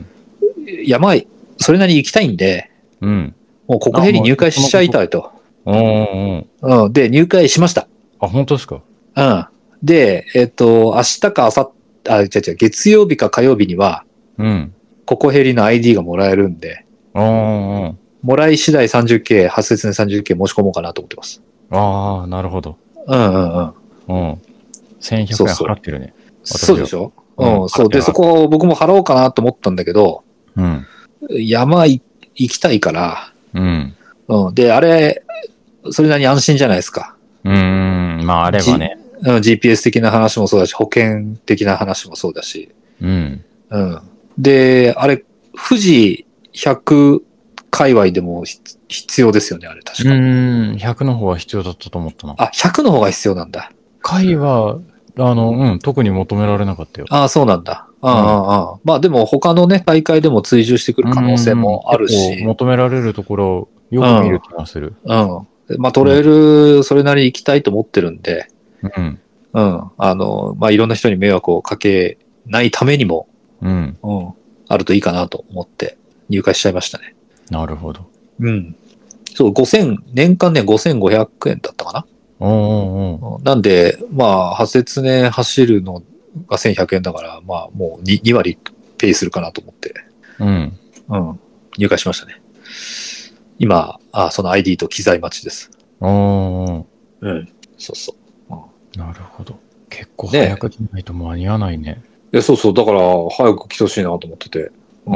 山、それなりに行きたいんで、うん。もうココヘリ入会しちゃいたいと。うんうんうん。うん。で、入会しました。 あ、本当ですか？ うん。で、えっと、明日か明後日、あ、違う違う、月曜日か火曜日には、うん。ココヘリの アイディー がもらえるんで、うんうんうん。もらい次第 さんじゅっ系、ハセツネさんじゅっ系申し込もうかなと思ってます。 ああ、なるほど。 うんうんうん。うん。 せんひゃくえん払ってるね。 そうでしょ？うん、そう。で、そこを僕も払おうかなと思ったんだけど、うん。山行きたいから、うん。うん。で、あれ、それなりに安心じゃないですか。 うーん、まああればね。 G、ジーピーエス 的な話もそうだし、保険的な話もそうだし。うん。うん。で、あれ、富士ひゃく界隈でも必要ですよね、あれ確か。 うーん、ひゃくの方は必要だったと思ったな。 あ、ひゃくの方が必要なんだ。 回は、あの、うん、特に求められなかったよ。 ああ、そうなんだ。ああ、うん、ああ。まあでも他のね、大会でも追従してくる可能性もあるし。 求められるところ、よく見る気がする。 うん。うん、まあトレイル、それなりに行きたいと思ってるんで。うん。うん。あの、まあいろんな人に迷惑をかけないためにも、うん。うん。あるといいかなと思って入会しちゃいましたね。 なるほど。 うん。そう、ごせん、年間ね、ごせんごひゃくえんだったかな。うんうんうん、なんで、まあ、ハセツネ走るのがせんひゃくえんだから、まあ、もう 2, に割ペイするかなと思って、うん。うん。入会しましたね。 今、あその アイディー と機材待ちです。 ああ。うん。 そうそう。 うん、なるほど。結構早く来ないと間に合わないね。 いや、そうそう。だから、早く来てほしいなと思ってて。 うん。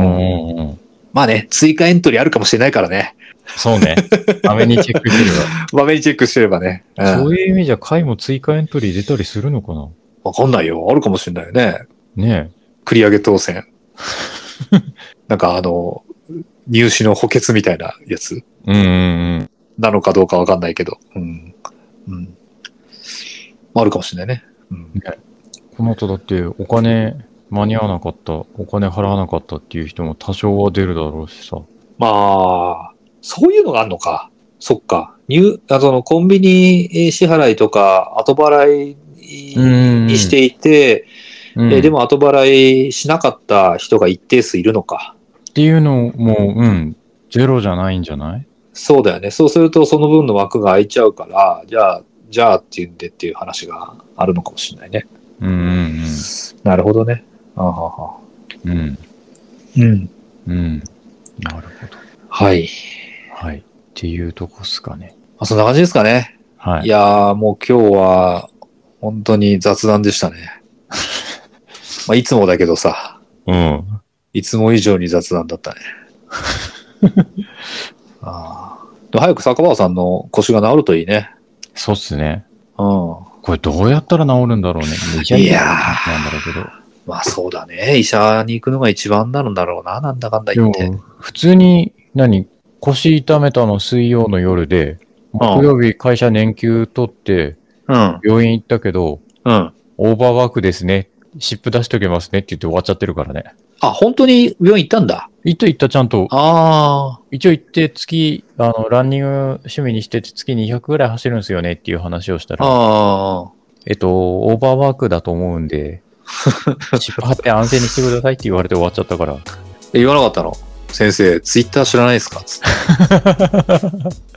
うん、 まあね、追加エントリーあるかもしれないからね。 そうね。まめにチェックしてれば。 まめにチェックしてればね。 うん、そういう意味じゃ、回も追加エントリー出たりするのかな？ わかんないよ。あるかもしれないよね。 ねえ。 繰り上げ当選。なんかあの、入試の補欠みたいなやつ。 うんうんうん。 なのかどうかわかんないけど。うん。うん。あるかもしれないね。うん。 ね、この後だってお金間に合わなかった、お金払わなかったっていう人も多少は出るだろうしさ。 まあ、そういうのがあるのか。そっか。入、あの、コンビニ支払いとか後払いにしていて、うん、えでも後払いしなかった人が一定数いるのか。 っていうのも、うん、ゼロじゃないんじゃない？ そうだよね。そうするとその分の枠が空いちゃうから、じゃあ、じゃあっていうんでっていう話があるのかもしれないね。 うんうんうん。 なるほどね。あはは。 うん。 うん。 うん。なるほど。 はい。 はい。っていうとこっすかね。 あ、そんな感じですかね。 はい。 いやー、もう今日は、本当に雑談でしたね。まあ、いつもだけどさ。 うん。 いつも以上に雑談だったね。あでも早く坂場さんの腰が治るといいね。 そうっすね。 うん。 これどうやったら治るんだろうね。医者に行くなんだろうけど。 まあそうだね。医者に行くのが一番なるんだろうな。なんだかんだ言って。 普通に、何腰痛めたの水曜の夜で、木曜日会社年休取って、うん、病院行ったけど、うん、オーバーワークですね。湿布出しとけますねって言って終わっちゃってるからね。 あ、本当に病院行ったんだ。 行った行ったちゃんと。 ああ。 一応行って月、あの、ランニング趣味にしてて月にひゃくぐらい走るんですよねっていう話をしたら。ああ。えっと、オーバーワークだと思うんで、湿布貼って安静にしてくださいって言われて終わっちゃったから。 え、言わなかったの？先生、ツイッター知らないですかつって。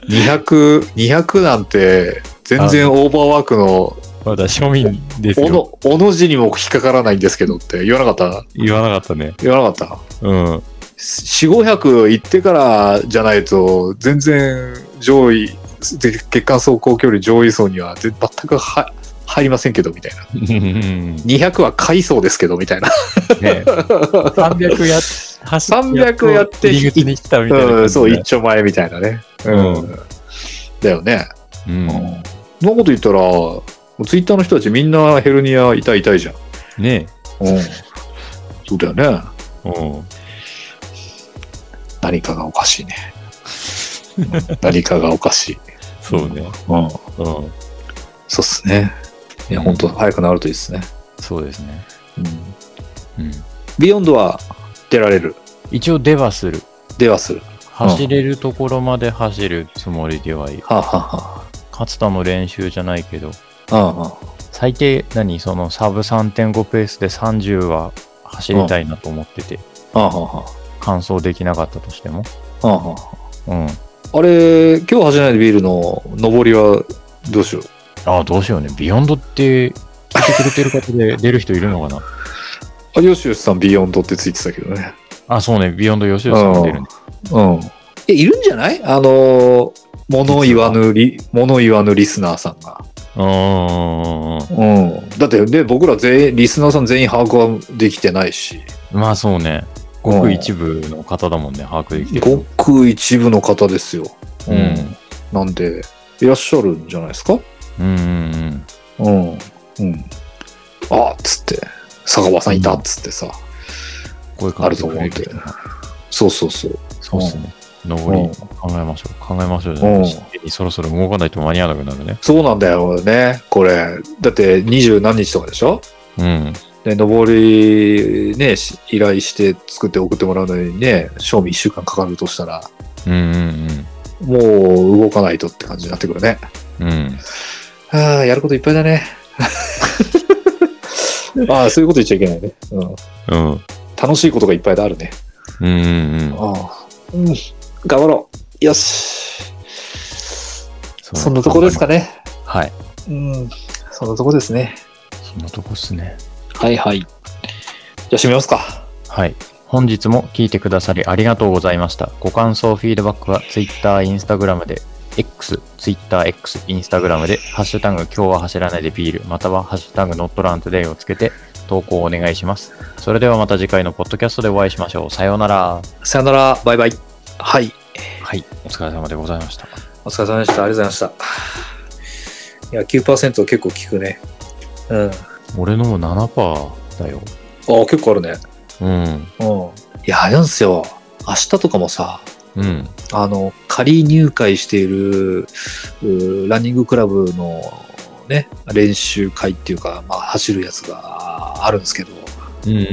にひゃく、にひゃくなんて、全然オーバーワークの、 まだ庶民ですよ。 おの、おの字にも引っかからないんですけどって言わなかった？ 言わなかったね。 言わなかった？ うん。よん、 ごひゃく行ってからじゃないと、全然上位、血管走行距離上位層には全くは入りませんけど、みたいな。にひゃくは下位層ですけど、みたいな。ね、 さんびゃくやっさんびゃくやって、 入り口に来たみたいな、ね、 うん。そう、一丁前みたいなね。うん。うん、だよね。うん。そんなこと言ったら、ツイッターの人たちみんなヘルニア痛い痛いじゃん。 ねえ。うん。そうだよね。 うん。 何かがおかしいね。何かがおかしい。 そうね。 うん。うん。そうっすね。いや、 うん、 本当早くなるといいですね。 そうですね。 うん。うん。ビヨンドは出られる？ 一応出はする。 出はする。 走れるところまで走るつもりではいる。 はあ、ははあ、 勝田の練習じゃないけど。 はあはあ、 最低何そのサブ さんてんご ペースでさんじゅうは走りたいなと思ってて。 はあはあ、 完走できなかったとしても。 はあはあ、 うん。 あれ、今日走れないでビールの上りはどうしよう。 ああ、どうしようね。ビヨンドって聞いてくれてる方で出る人いるのかな？ あ、ヨシヨシさんビヨンドってついてたけどね。 あ、そうね。ビヨンドヨシヨシさん出るんで。 うん。え、いるんじゃない？あの、物言わぬリ、物言わぬリスナーさんが。 うん。 うん。だってね、僕ら全員、リスナーさん全員把握はできてないし。 まあそうね。ごく一部の方だもんね、把握できてる。 ごく一部の方ですよ。 うん。 なんで、いらっしゃるんじゃないですか？ うんうんうん。うん。うん。あっつって、坂場さんいたっつってさ。 こういうあると思うんで。そうそうそう。 そうっすね。上り考えましょう。考えましょうじゃない。そろそろ動かないと間に合わなくなるね。 そうなんだよね。これ。だって二十何日とかでしょ？ うん。 で、上りね、依頼して作って送ってもらうのにね、賞味いっしゅうかんかかるとしたら、 うんうんうん、もう動かないとって感じになってくるね。 うん。 ああ、やることいっぱいだね。ああ、そういうこと言っちゃいけないね。うん。うん。楽しいことがいっぱいであるね。 うんうんうん。 ああ、うん。頑張ろう。よし。そ, そんなとこですかね。 はい。 うん。そんなとこですね。 そんなとこっすね。 はいはい。じゃあ締めますか。 はい。 本日も聞いてくださりありがとうございました。ご感想、フィードバックは Twitter、Instagram で、X、Twitter、X、Instagram で、ハッシュタグ今日は走らないでビール、またはハッシュタグ NotRunToday をつけて投稿をお願いします。それではまた次回のポッドキャストでお会いしましょう。さようなら。 さよなら。バイバイ。はい。 はい。お疲れ様でございました。 お疲れ様でした。ありがとうございました。いや、きゅうパーセント 結構効くね。うん。 俺のも ななパーセント だよ。 ああ、結構あるね。 うん。うん。 いや、あれなんですよ。明日とかもさ、 うん。 あの、仮入会している、ランニングクラブのね、練習会っていうか、まあ、走るやつがあるんですけど、 うんうんうん。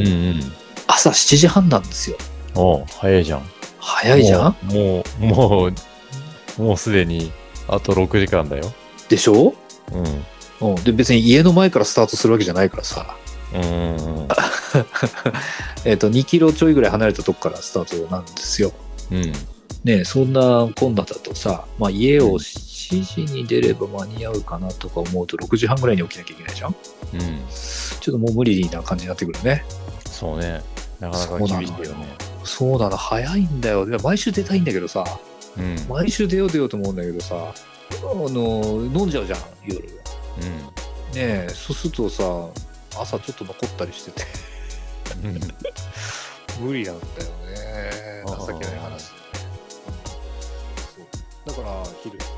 朝しちじはんなんですよ。 おう、早いじゃん。 早いじゃん。 もう、もう、もう、もうすでに、あとろくじかんだよ。 でしょ？ うん。 うん。で、別に家の前からスタートするわけじゃないからさ。 うんうんうん。 えっと、にキロちょいぐらい離れたとこからスタートなんですよ。 うん。 ね、そんなこんなだとさ、まあ、家をしちじに出れば間に合うかなとか思うとろくじはんぐらいに起きなきゃいけないじゃん。 うん。 ちょっともう無理な感じになってくるね。 そうね。なかなか厳しいよね。 そうなの、早いんだよ。毎週出たいんだけどさ、 うん。 毎週出よう出ようと思うんだけどさ、あの、飲んじゃうじゃん、夜。ねうん。 え、そうするとさ、朝ちょっと残ったりしてて。無理なんだよね。情けない話。そう。だから、昼。